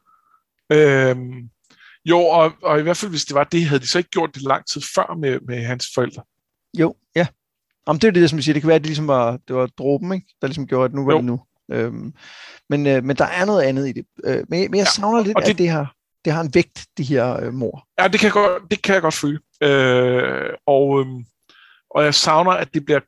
Øhm, jo, og, og i hvert fald, hvis det var det, havde de så ikke gjort det lang tid før med, med hans forældre. Jo, ja. Om det er det, som vi siger. Det kan være, at det ligesom var, det var dråben, ikke? Der ligesom gjorde, at nu var jo. det nu. Øhm, men, øh, men der er noget andet i det. Øh, men, men jeg savner ja, lidt, det, at det har, det har en vægt, de her øh, mor. Ja, det kan jeg godt, det kan jeg godt føle. Øh, og, øh, og jeg savner, at det bliver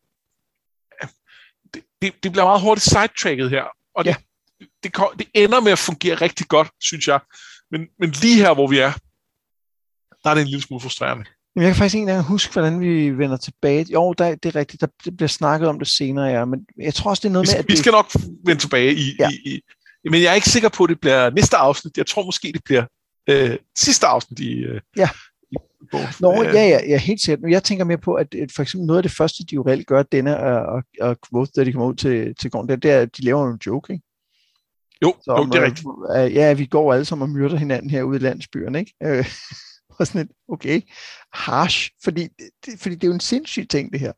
det, det, det bliver meget hurtigt sidetracket her. Og det, ja. det, det, det ender med at fungere rigtig godt, synes jeg. Men, men lige her, hvor vi er, der er det en lille smule frustrerende. Jeg kan faktisk ikke engang huske, hvordan vi vender tilbage. Jo, der, det er rigtigt. Der det bliver snakket om det senere, ja. Men jeg tror også, det er noget vi, med, at vi det... skal nok vende tilbage i, ja. i, i... Men jeg er ikke sikker på, at det bliver næste afsnit. Jeg tror måske, det bliver øh, sidste afsnit i... Øh, ja. i bogen. Nå, ja, ja, ja, helt sikkert. Jeg tænker mere på, at for eksempel noget af det første, de jo reelt gør, denne og, og Quoth, da de kommer ud til, til gården, det, det er, at de laver en joke, ikke? Jo, Så, jo, det er rigtigt. Øh, ja, vi går alle sammen og myrder hinanden herude i landsbyerne, ikke? Øh, og sådan et, okay, harsh, fordi det, fordi det er jo en sindssyg ting, det her.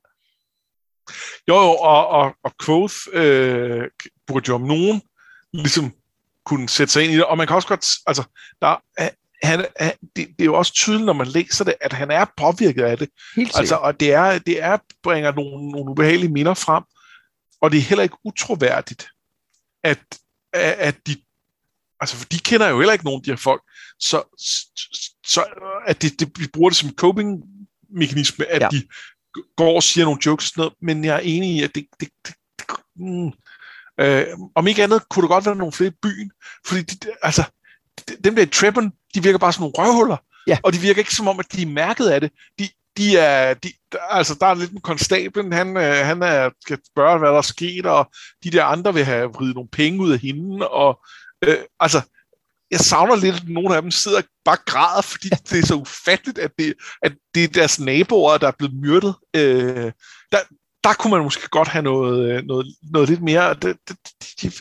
Jo, jo, og, og, og Quoth øh, burde jo om nogen ligesom kunne sætte sig ind i det, og man kan også godt, altså, der er, han, han, det, det er jo også tydeligt, når man læser det, at han er påvirket af det. Helt altså, og det er, det er bringer nogle, nogle ubehagelige minder frem, og det er heller ikke utroværdigt, at, at de, altså, for de kender jo heller ikke nogen af de her folk, så, så at de, de, de bruger det som coping-mekanisme, at ja. de går og siger nogle jokes og sådan noget, men jeg er enig i, at det, det, det, det mm, øh, om ikke andet kunne det godt være nogle flere i byen, fordi de, altså, dem der i Trevorton, de virker bare som nogle røvhuller, ja. og de virker ikke som om, at de er mærket af det. De, de er, de, altså, der er lidt en konstablen, han, han er, skal spørge, hvad der er sket, og de der andre vil have vridet nogle penge ud af hende, og øh, altså, jeg savner lidt, at nogle af dem sidder og bare græder, fordi det er så ufatteligt, at det, at det er deres naboer, der er blevet myrdet. Øh, der, der kunne man måske godt have noget, noget, noget lidt mere. De, de, de,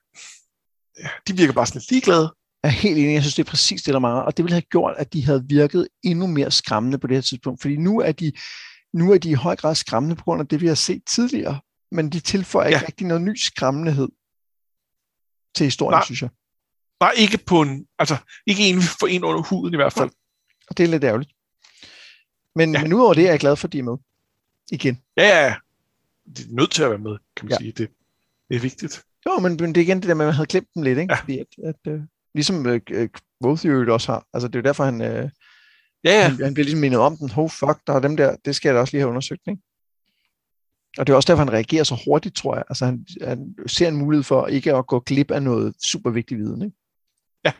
de virker bare sådan lidt ligeglade. Jeg er helt enig, jeg synes, det er præcis det, der mangler, og det ville have gjort, at de havde virket endnu mere skræmmende på det her tidspunkt, fordi nu er de, nu er de i høj grad skræmmende på grund af det, vi har set tidligere, men de tilføjer ja. ikke rigtig noget ny skræmmendehed til historien, Nej. synes jeg. Nej, ikke på en, altså ikke en for en under huden i hvert fald. Og det er lidt ærgerligt. Men, ja. men udover det er jeg glad for, at de er med. Igen. Ja, ja. De er nødt til at være med, kan man ja. sige. Det, det er vigtigt. Jo, men, men det er igen det der med, at man havde glemt dem lidt, ikke? Ja. Fordi at, at, uh, ligesom uh, Quoth jo også har. Altså det er jo derfor, han, uh, ja, ja. han, han bliver ligesom mindet om den. Oh fuck, der er dem der. Det skal jeg da også lige have undersøgt, ikke? Og det er også derfor, han reagerer så hurtigt, tror jeg. Altså han, han ser en mulighed for ikke at gå glip af noget super vigtig viden, ikke? Ja.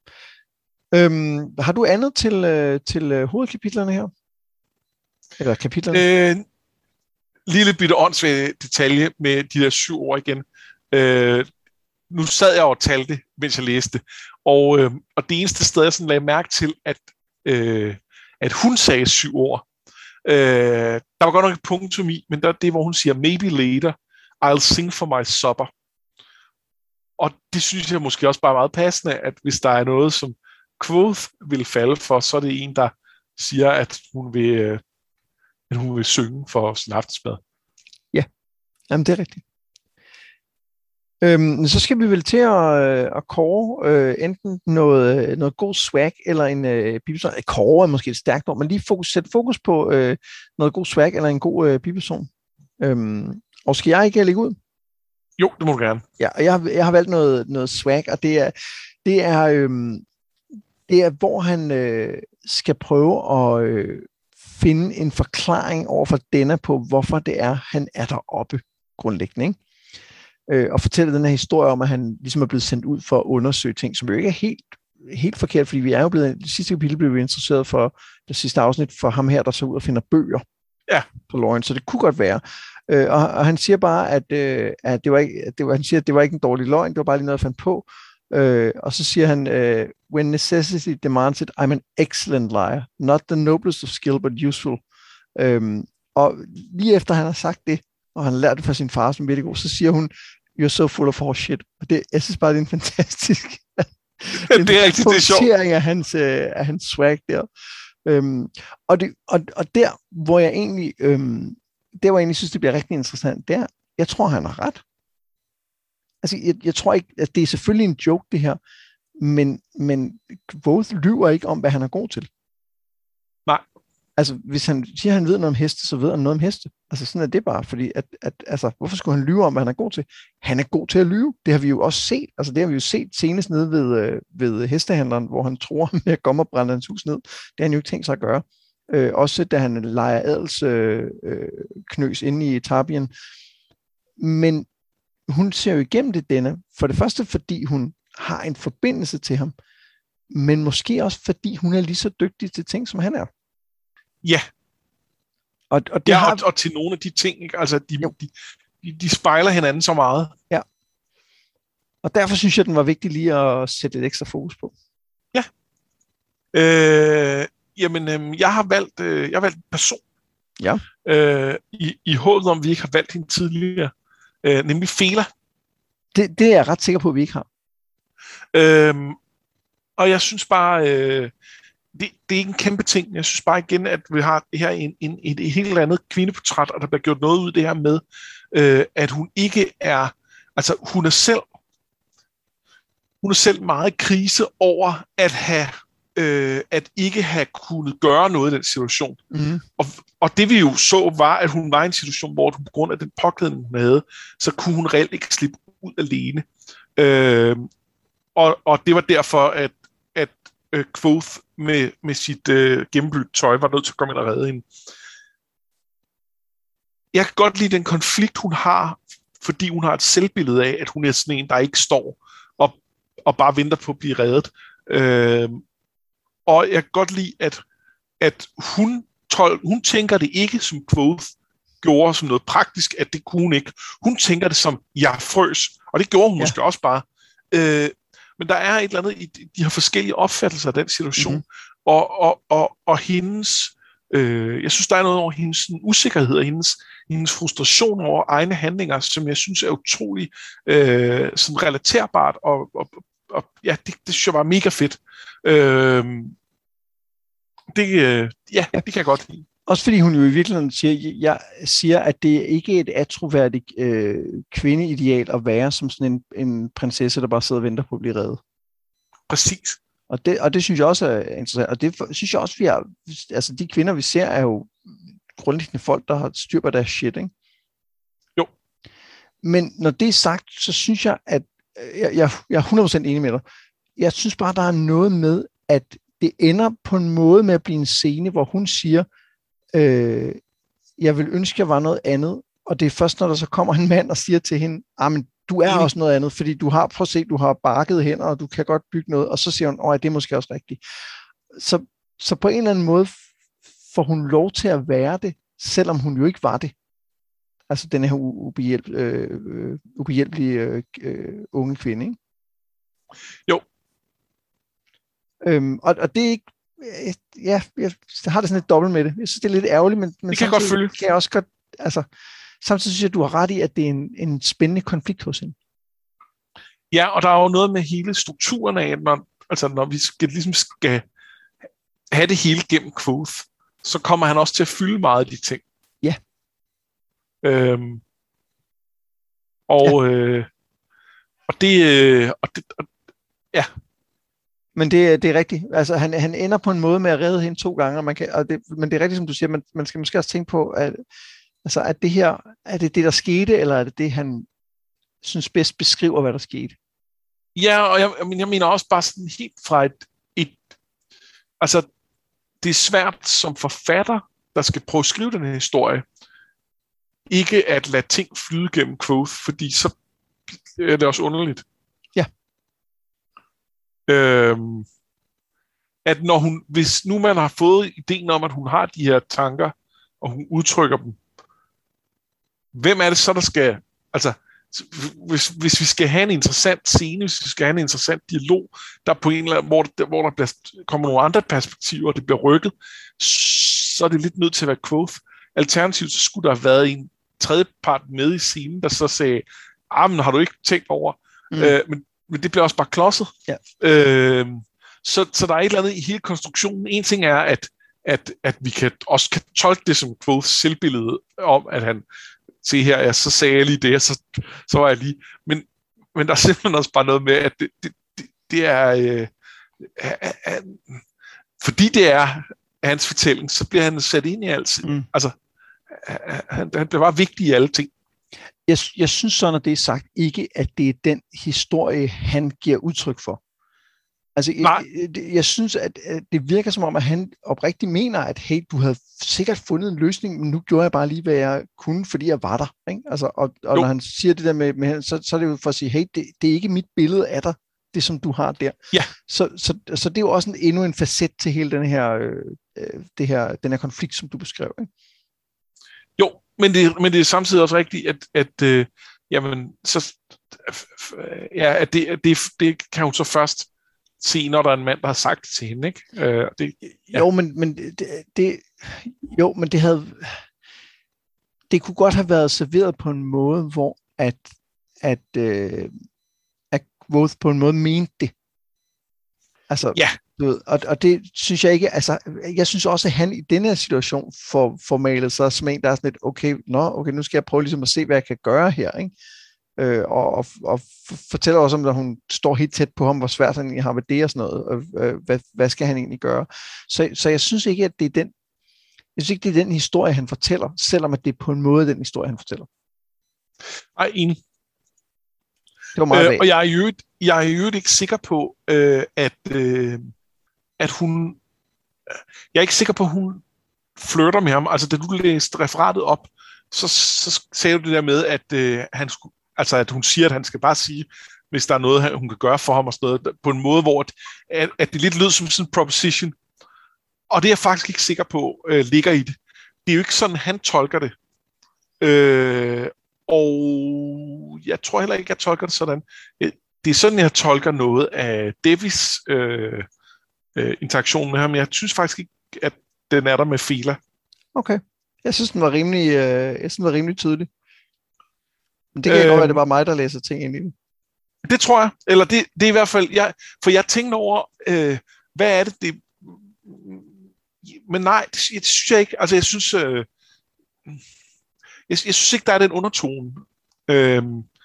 Øhm, har du andet til, øh, til øh, hovedkapitlerne her? Eller kapitlerne? Øh, lille bitte åndssvag detalje med de der syv år igen. Øh, nu sad jeg og talte, mens jeg læste, og, øh, og det eneste sted, jeg sådan lagde mærke til, at, øh, at hun sagde syv år. Øh, der var godt nok et punktum i, men der er det, hvor hun siger, maybe later, I'll sing for my supper. Og det synes jeg måske også bare er meget passende, at hvis der er noget, som Quoth vil falde for, så er det en, der siger, at hun vil, øh, at hun vil synge for sin aftensmad. Ja, jamen det er rigtigt. Øhm, så skal vi vel til at, øh, at kåre øh, enten noget, noget god swag, eller en øh, bibelson. Kåre er måske et stærkt ord, men lige fokus, sætte fokus på øh, noget god swag, eller en god øh, bibelson. Øhm, og skal jeg ikke lægge ud? Jo, det må du gerne. Ja, og jeg har, jeg har valgt noget, noget swag, og det er, det er, øhm, det er hvor han øh, skal prøve at øh, finde en forklaring over for denne på, hvorfor det er, han er deroppe grundlæggende, ikke? Øh, og fortælle den her historie om, at han ligesom er blevet sendt ud for at undersøge ting, som jo ikke er helt, helt forkert, fordi vi er jo blevet, det sidste kapitel blev vi interesseret for, det sidste afsnit, for ham her, der så ud og finder bøger ja. på Lawrence, så det kunne godt være. Øh, og, og han siger bare, at, øh, at det var ikke, at det var, han siger, at det var ikke en dårlig løgn, det var bare lige noget, jeg fandt på. Øh, og så siger han, øh, when necessity demands it, I'm an excellent liar. Not the noblest of skill, but useful. Øh, og lige efter han har sagt det, og han har lært det fra sin far, som virkelig god, så siger hun, you're so full of horse shit. Og det, jeg synes bare, det er en fantastisk en det er rigtigt, det er sjovt. af hans, øh, af hans swag der. Øhm, og, det, og, og der, hvor jeg egentlig, øhm, der hvor jeg egentlig synes, det bliver rigtig interessant, der, jeg tror, han har ret. Altså, jeg, jeg tror ikke, at det er selvfølgelig en joke, det her, men, men Quoth lyver ikke om, hvad han er god til. Nej. Altså, hvis han siger, at han ved noget om heste, så ved han noget om heste. Altså, sådan er det bare, fordi, at, at altså, hvorfor skulle han lyve om, hvad han er god til? Han er god til at lyve. Det har vi jo også set. Altså, det har vi jo set senest nede ved, øh, ved hestehandleren, hvor han tror med at komme og brænde hans hus ned. Det har han jo ikke tænkt sig at gøre. Øh, også da han leger adels øh, øh, knøs inde i Tabien. Men hun ser jo igennem det, denne. For det første, fordi hun har en forbindelse til ham, men måske også, fordi hun er lige så dygtig til ting, som han er. Ja. Og, og, det ja, har... og, og til nogle af de ting, ikke? Altså, de, de, de, de spejler hinanden så meget. Ja. Og derfor synes jeg, den var vigtig lige at sætte et ekstra fokus på. Ja. Øh, jamen, øh, jeg har valgt, øh, jeg har valgt en person. Ja. Øh, i, I håbet om, vi ikke har valgt hende tidligere. Øh, nemlig Fela. Det, det er jeg ret sikker på, at vi ikke har. Øh, og jeg synes bare... Øh, Det, det er ikke en kæmpe ting. Jeg synes bare igen, at vi har her en, en, et, et helt andet kvindeportræt, og der bliver gjort noget ud af det her med, øh, at hun ikke er, altså hun er selv, hun er selv meget krise over at have, øh, at ikke have kunnet gøre noget i den situation. Mm. Og, og det vi jo så var, at hun var i en situation, hvor hun på grund af den påklædning, hun havde, så kunne hun reelt ikke slippe ud alene. Øh, og, og det var derfor, at, at øh, Quoth med, med sit øh, gennemblødt tøj var nødt til at komme ind og redde hende. Jeg kan godt lide den konflikt, hun har, fordi hun har et selvbillede af, at hun er sådan en, der ikke står og, og bare venter på at blive reddet. Øh, og jeg kan godt lide, at, at hun, tol- hun tænker det ikke, som Quoth gjorde, som noget praktisk, at det kunne hun ikke. Hun tænker det som, jeg frøs. Og det gjorde hun ja. måske også bare. Øh, Men der er et eller andet, de har forskellige opfattelser af den situation, mm-hmm. og, og, og, og hendes, øh, jeg synes, der er noget over hendes usikkerhed, og hendes, hendes frustration over egne handlinger, som jeg synes er utrolig øh, sådan relaterbart, og, og, og ja, det, det synes jeg var mega fedt. Øh, det, øh, ja, det kan jeg godt lide. Også fordi hun jo i virkeligheden siger, jeg siger, at det ikke er et atroværdigt øh, kvindeideal at være som sådan en, en prinsesse, der bare sidder og venter på at blive reddet. Præcis. Og det, og det synes jeg også er interessant. Og det synes jeg også, vi har, altså de kvinder, vi ser, er jo grundlæggende folk, der har styr på deres shit, ikke? Jo. Men når det er sagt, så synes jeg, at jeg, jeg, jeg er hundrede procent enig med dig. Jeg synes bare, der er noget med, at det ender på en måde med at blive en scene, hvor hun siger, Øh, jeg vil ønske, jeg var noget andet, og det er først, når der så kommer en mand og siger til hende, ah, men du er også noget andet, fordi du har, prøv at se, du har barket hænder, og du kan godt bygge noget, og så siger hun, åh, det er måske også rigtigt. Så, så på en eller anden måde får hun lov til at være det, selvom hun jo ikke var det. Altså den her ubehjælp, øh, ubehjælpelige øh, øh, unge kvinde, ikke? Jo. Øhm, og, og det er ikke ja, jeg har det sådan lidt dobbelt med det. Jeg synes, det er lidt ærgerligt, men, men det kan jeg godt følge. Kan jeg også godt, altså, samtidig synes jeg, at du har ret i, at det er en, en spændende konflikt hos hende. Ja, og der er jo noget med hele strukturen af, når, altså, når vi skal, ligesom skal have det hele gennem Quoth, så kommer han også til at fylde meget af de ting. Ja. Øhm, og, ja. Øh, det, øh, og det og, ja. Men det, det er rigtigt. Altså, han, han ender på en måde med at redde hende to gange, og man kan, og det, men det er rigtigt, som du siger, man, man skal måske også tænke på, at, altså, at det her, er det det, der skete, eller er det det, han synes bedst beskriver, hvad der skete? Ja, og jeg, jeg mener også bare sådan helt fra et, et, altså, det er svært som forfatter, der skal prøve at skrive den her historie, ikke at lade ting flyde gennem Quoth, fordi så er det også underligt. Ja. Øhm, at når hun, hvis nu man har fået ideen om, at hun har de her tanker, og hun udtrykker dem, hvem er det så, der skal, altså, hvis, hvis vi skal have en interessant scene, hvis vi skal have en interessant dialog, der på en eller anden, hvor, der, hvor der bliver, kommer nogle andre perspektiver, og det bliver rykket, så er det lidt nødt til at være Quoth. Alternativt, så skulle der have været en tredje part med i scenen, der så sagde, ah, men har du ikke tænkt over? Mm. Øh, men, men det bliver også bare klodset. Ja. Øh, så, så der er et eller andet i hele konstruktionen. En ting er, at, at, at vi kan også kan tolke det som Quoths selvbillede om, at han, se her, ja, så sagde jeg lige det, og så, så var jeg lige. Men, men der er simpelthen også bare noget med, at det, det, det, det er, øh, øh, øh, fordi det er hans fortælling, så bliver han sat ind i alt. Mm. Altså, han, han bliver bare vigtig i alle ting. Jeg, jeg synes så, når det er sagt, ikke, at det er den historie, han giver udtryk for. Altså, jeg, jeg, jeg synes, at, at det virker som om, at han oprigtigt mener, at hey, du havde sikkert fundet en løsning, men nu gjorde jeg bare lige, hvad jeg kunne, fordi jeg var der. Ikke? Altså, og og når han siger det der med, med så, så er det jo for at sige, hey, det, det er ikke mit billede af dig, det som du har der. Ja. Så, så, så det er jo også en, endnu en facet til hele den her, øh, det her, den her konflikt, som du beskrev. Ikke? Jo, men det, men det er samtidig også rigtigt, at, at øh, jamen, så, ja, at det, det, det kan hun så først se, når der er en mand, der har sagt det til hende, ikke? Øh, det, ja. Jo, men, men det, det, jo, men det havde, det kunne godt have været serveret på en måde, hvor at, at, øh, at Quoth på en måde mente det. Altså, ja. Du ved, og, og det synes jeg ikke, altså, jeg synes også, at han i denne her situation får, får malet sig som en, der er sådan lidt, okay, nå, okay, nu skal jeg prøve ligesom at se, hvad jeg kan gøre her, ikke? Øh, og, og, og fortæller også om, at hun står helt tæt på ham, hvor svært han egentlig har med det og sådan noget, og øh, hvad, hvad skal han egentlig gøre? Så, så jeg synes ikke, at det er den, jeg synes ikke, det er den historie, han fortæller, selvom at det er på en måde den historie, han fortæller. Ej, enig. Det var meget øh, og jeg er, jo, jeg er jo ikke sikker på, øh, at, øh, at hun, jeg er ikke sikker på, at hun flirter med ham. Altså, da du læste referatet op, så, så sagde du det der med, at øh, han skulle, altså, at hun siger, at han skal bare sige, hvis der er noget, hun kan gøre for ham og sådan noget, på en måde, hvor at, at det lidt lød som sådan en proposition. Og det er jeg faktisk ikke sikker på, øh, ligger i det. Det er jo ikke sådan, han tolker det. Øh, og jeg tror heller ikke, jeg tolker det sådan. Det er sådan, jeg tolker noget af Devis øh, øh, interaktion med ham. Jeg synes faktisk ikke, at den er der med Fela. Okay. Jeg synes, den var rimelig, øh, jeg synes, den var rimelig tydelig. Men det kan øh, godt være, at det var mig, der læser ting ind i den. Det tror jeg. Eller det, det er i hvert fald, jeg, for jeg tænkte over, øh, hvad er det, det... Men nej, det, det synes jeg ikke. Altså, jeg synes... Øh, jeg, jeg synes ikke, der er den undertone øh,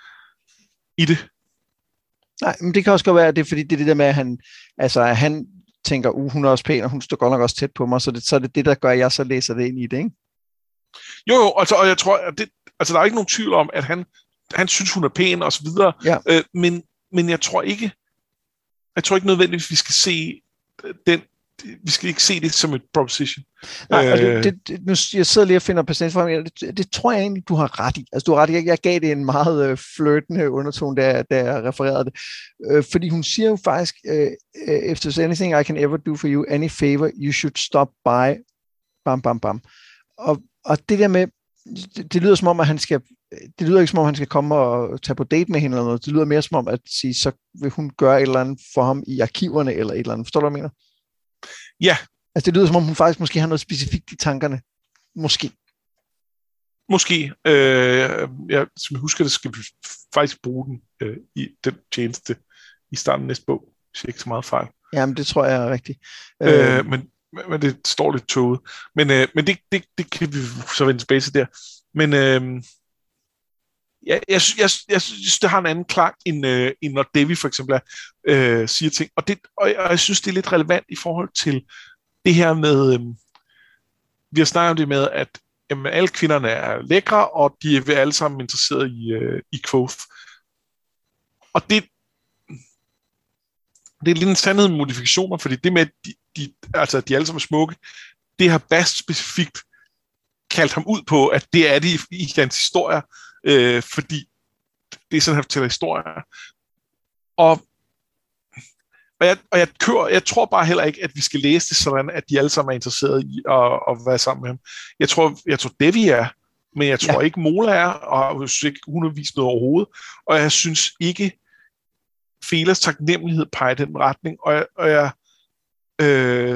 i det. Nej, men det kan også godt være, at det er fordi, det er det der med, at han, altså, at han tænker, uh, hun er også pæn, og hun står godt nok også tæt på mig, så det, så er det det, der gør, at jeg så læser det ind i det, ikke? Jo, jo, altså, og jeg tror, at det, altså, der er ikke nogen tvivl om, at han, han synes, hun er pæn, og så videre, ja. øh, men, men jeg tror ikke, jeg tror ikke nødvendigvis, vi skal se den, vi skal ikke se det som et proposition. Nej, og det, det, det, nu jeg sidder lige og finder præcis for mig, det, det tror jeg egentlig, du har ret i. Altså, du har ret i, jeg, jeg gav det en meget øh, flirtende undertone, da, da jeg refererede det. Øh, fordi hun siger jo faktisk, øh, if there's anything I can ever do for you, any favor, you should stop by, bam, bam, bam. Og, og det der med, det, det lyder som om, at han skal, det lyder ikke som om, han skal komme og tage på date med hende eller noget. Det lyder mere som om, at sige, så vil hun gøre et eller andet for ham i arkiverne eller et eller andet. Forstår du, hvad jeg mener? Ja. Altså det lyder som om, hun faktisk måske har noget specifikt i tankerne. Måske. Måske. Øh, ja, som jeg husker det, skal vi faktisk bruge den øh, i den tjeneste i starten af næste bog, hvis jeg ikke så meget fejl. Jamen, det tror jeg er rigtigt. Øh, øh, men, men det står lidt tåget. Men, øh, men det, det, det kan vi så vende tilbage til der. Men øh, jeg, jeg, jeg, jeg synes, det har en anden klang, end, øh, end når Devi for eksempel er, øh, siger ting. Og, det, og, jeg, og jeg synes, det er lidt relevant i forhold til det her med, øh, vi har snakket om det med, at jamen, alle kvinderne er lækre, og de er alle sammen interesseret i, øh, i Kvothe. Og det, det er lidt en sandhed med modifikationer, fordi det med, at de, de, altså, de alle sammen er smukke, det har Bast specifikt kaldt ham ud på, at det er de i, i hans historier, øh, fordi det er sådan, han fortæller historier. Og, og, jeg, og jeg, kører, jeg tror bare heller ikke, at vi skal læse det sådan, at de alle sammen er interesserede i at, at være sammen med ham. Jeg tror, jeg tror Devi er, men jeg tror ja. ikke Mola er, og jeg synes ikke, hun har vist noget overhovedet. Og jeg synes ikke, Felas taknemmelighed peger i den retning, og jeg, og, jeg, øh,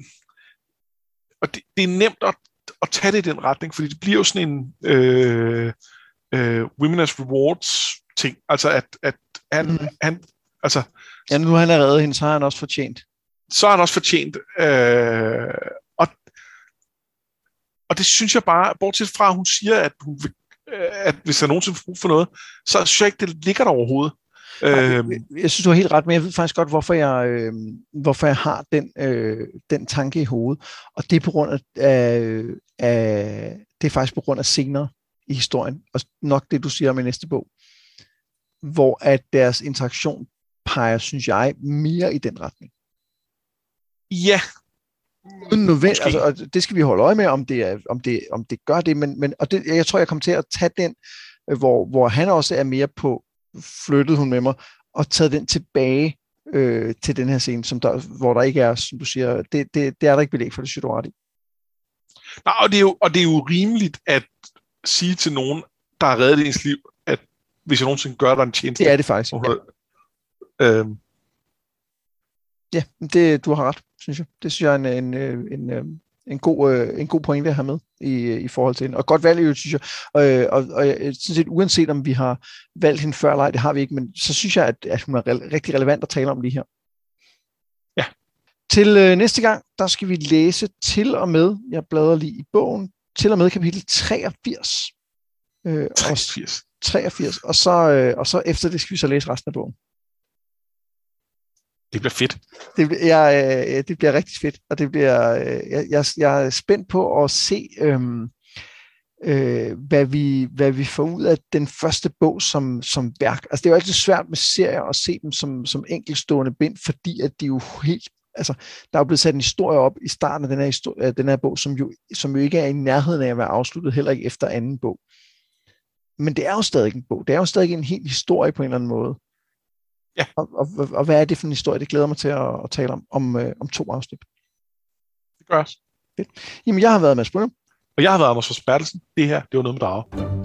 og det, det er nemt at, at tage det i den retning, fordi det bliver jo sådan en øh, øh, Women as Rewards ting, altså at, at han, mm. han altså... Ja, nu han er reddet hende, så har han også fortjent. Så har han også fortjent, øh, og, og det synes jeg bare, bortset fra, at hun siger, at, hun vil, at hvis der nogensinde får brug for noget, så synes jeg ikke, det ligger der overhovedet. Jeg, jeg synes, du har helt ret, men jeg ved faktisk godt, hvorfor jeg, øh, hvorfor jeg har den, øh, den tanke i hovedet. Og det er på grund af, af, af det er faktisk på grund af senere i historien, og nok det, du siger om i næste bog, hvor at deres interaktion peger, synes jeg, mere i den retning. Ja. Uden nødvendigt, altså, og det skal vi holde øje med, om det, er, om det, om det gør det, men, men og det, jeg tror, jeg kommer til at tage den, hvor, hvor han også er mere på flyttede hun med mig, og taget den tilbage øh, til den her scene, som der, hvor der ikke er, som du siger, det, det, det er der ikke belæg for, det synes du ret i. Nej, og det, er jo, og det er jo rimeligt at sige til nogen, der har reddet ens liv, at hvis jeg nogensinde gør dig en tjeneste. Det er det faktisk. Ja, øhm. ja det, du har ret, synes jeg. Det synes jeg er en, en, en, en, en, god, en god pointe at have med i, i forhold til hende. Og godt valg, synes jeg. Og, og, og jeg synes set, uanset om vi har valgt hende før eller ej, det har vi ikke, men så synes jeg, at, at hun er re- rigtig relevant at tale om lige her. Ja. Til øh, næste gang, der skal vi læse til og med, jeg bladrer lige i bogen, til og med kapitel treogfirs. Øh, treogfirs. Og, treogfirs. Og så, øh, og så efter det skal vi så læse resten af bogen. Det bliver fedt. Det, jeg, øh, det bliver rigtig fedt, og det bliver, øh, jeg, jeg, jeg er spændt på at se, øh, øh, hvad, vi, hvad vi får ud af den første bog som, som værk. Altså det er jo altid svært med serier at se dem som, som enkeltstående bind, fordi at de jo helt, altså der er jo blevet sat en historie op i starten af den her, historie, den her bog, som jo, som jo ikke er i nærheden af at være afsluttet, heller ikke efter anden bog. Men det er jo stadig en bog. Det er jo stadig en hel historie på en eller anden måde. Ja. Og, og, og hvad er det for en historie? Det glæder mig til at, at tale om, om, øh, om to afsnit. Det gør jeg. Jamen, jeg har været Mads Brynum. Og jeg har været Anders Fors Bertelsen. Det her, det var noget med Drage.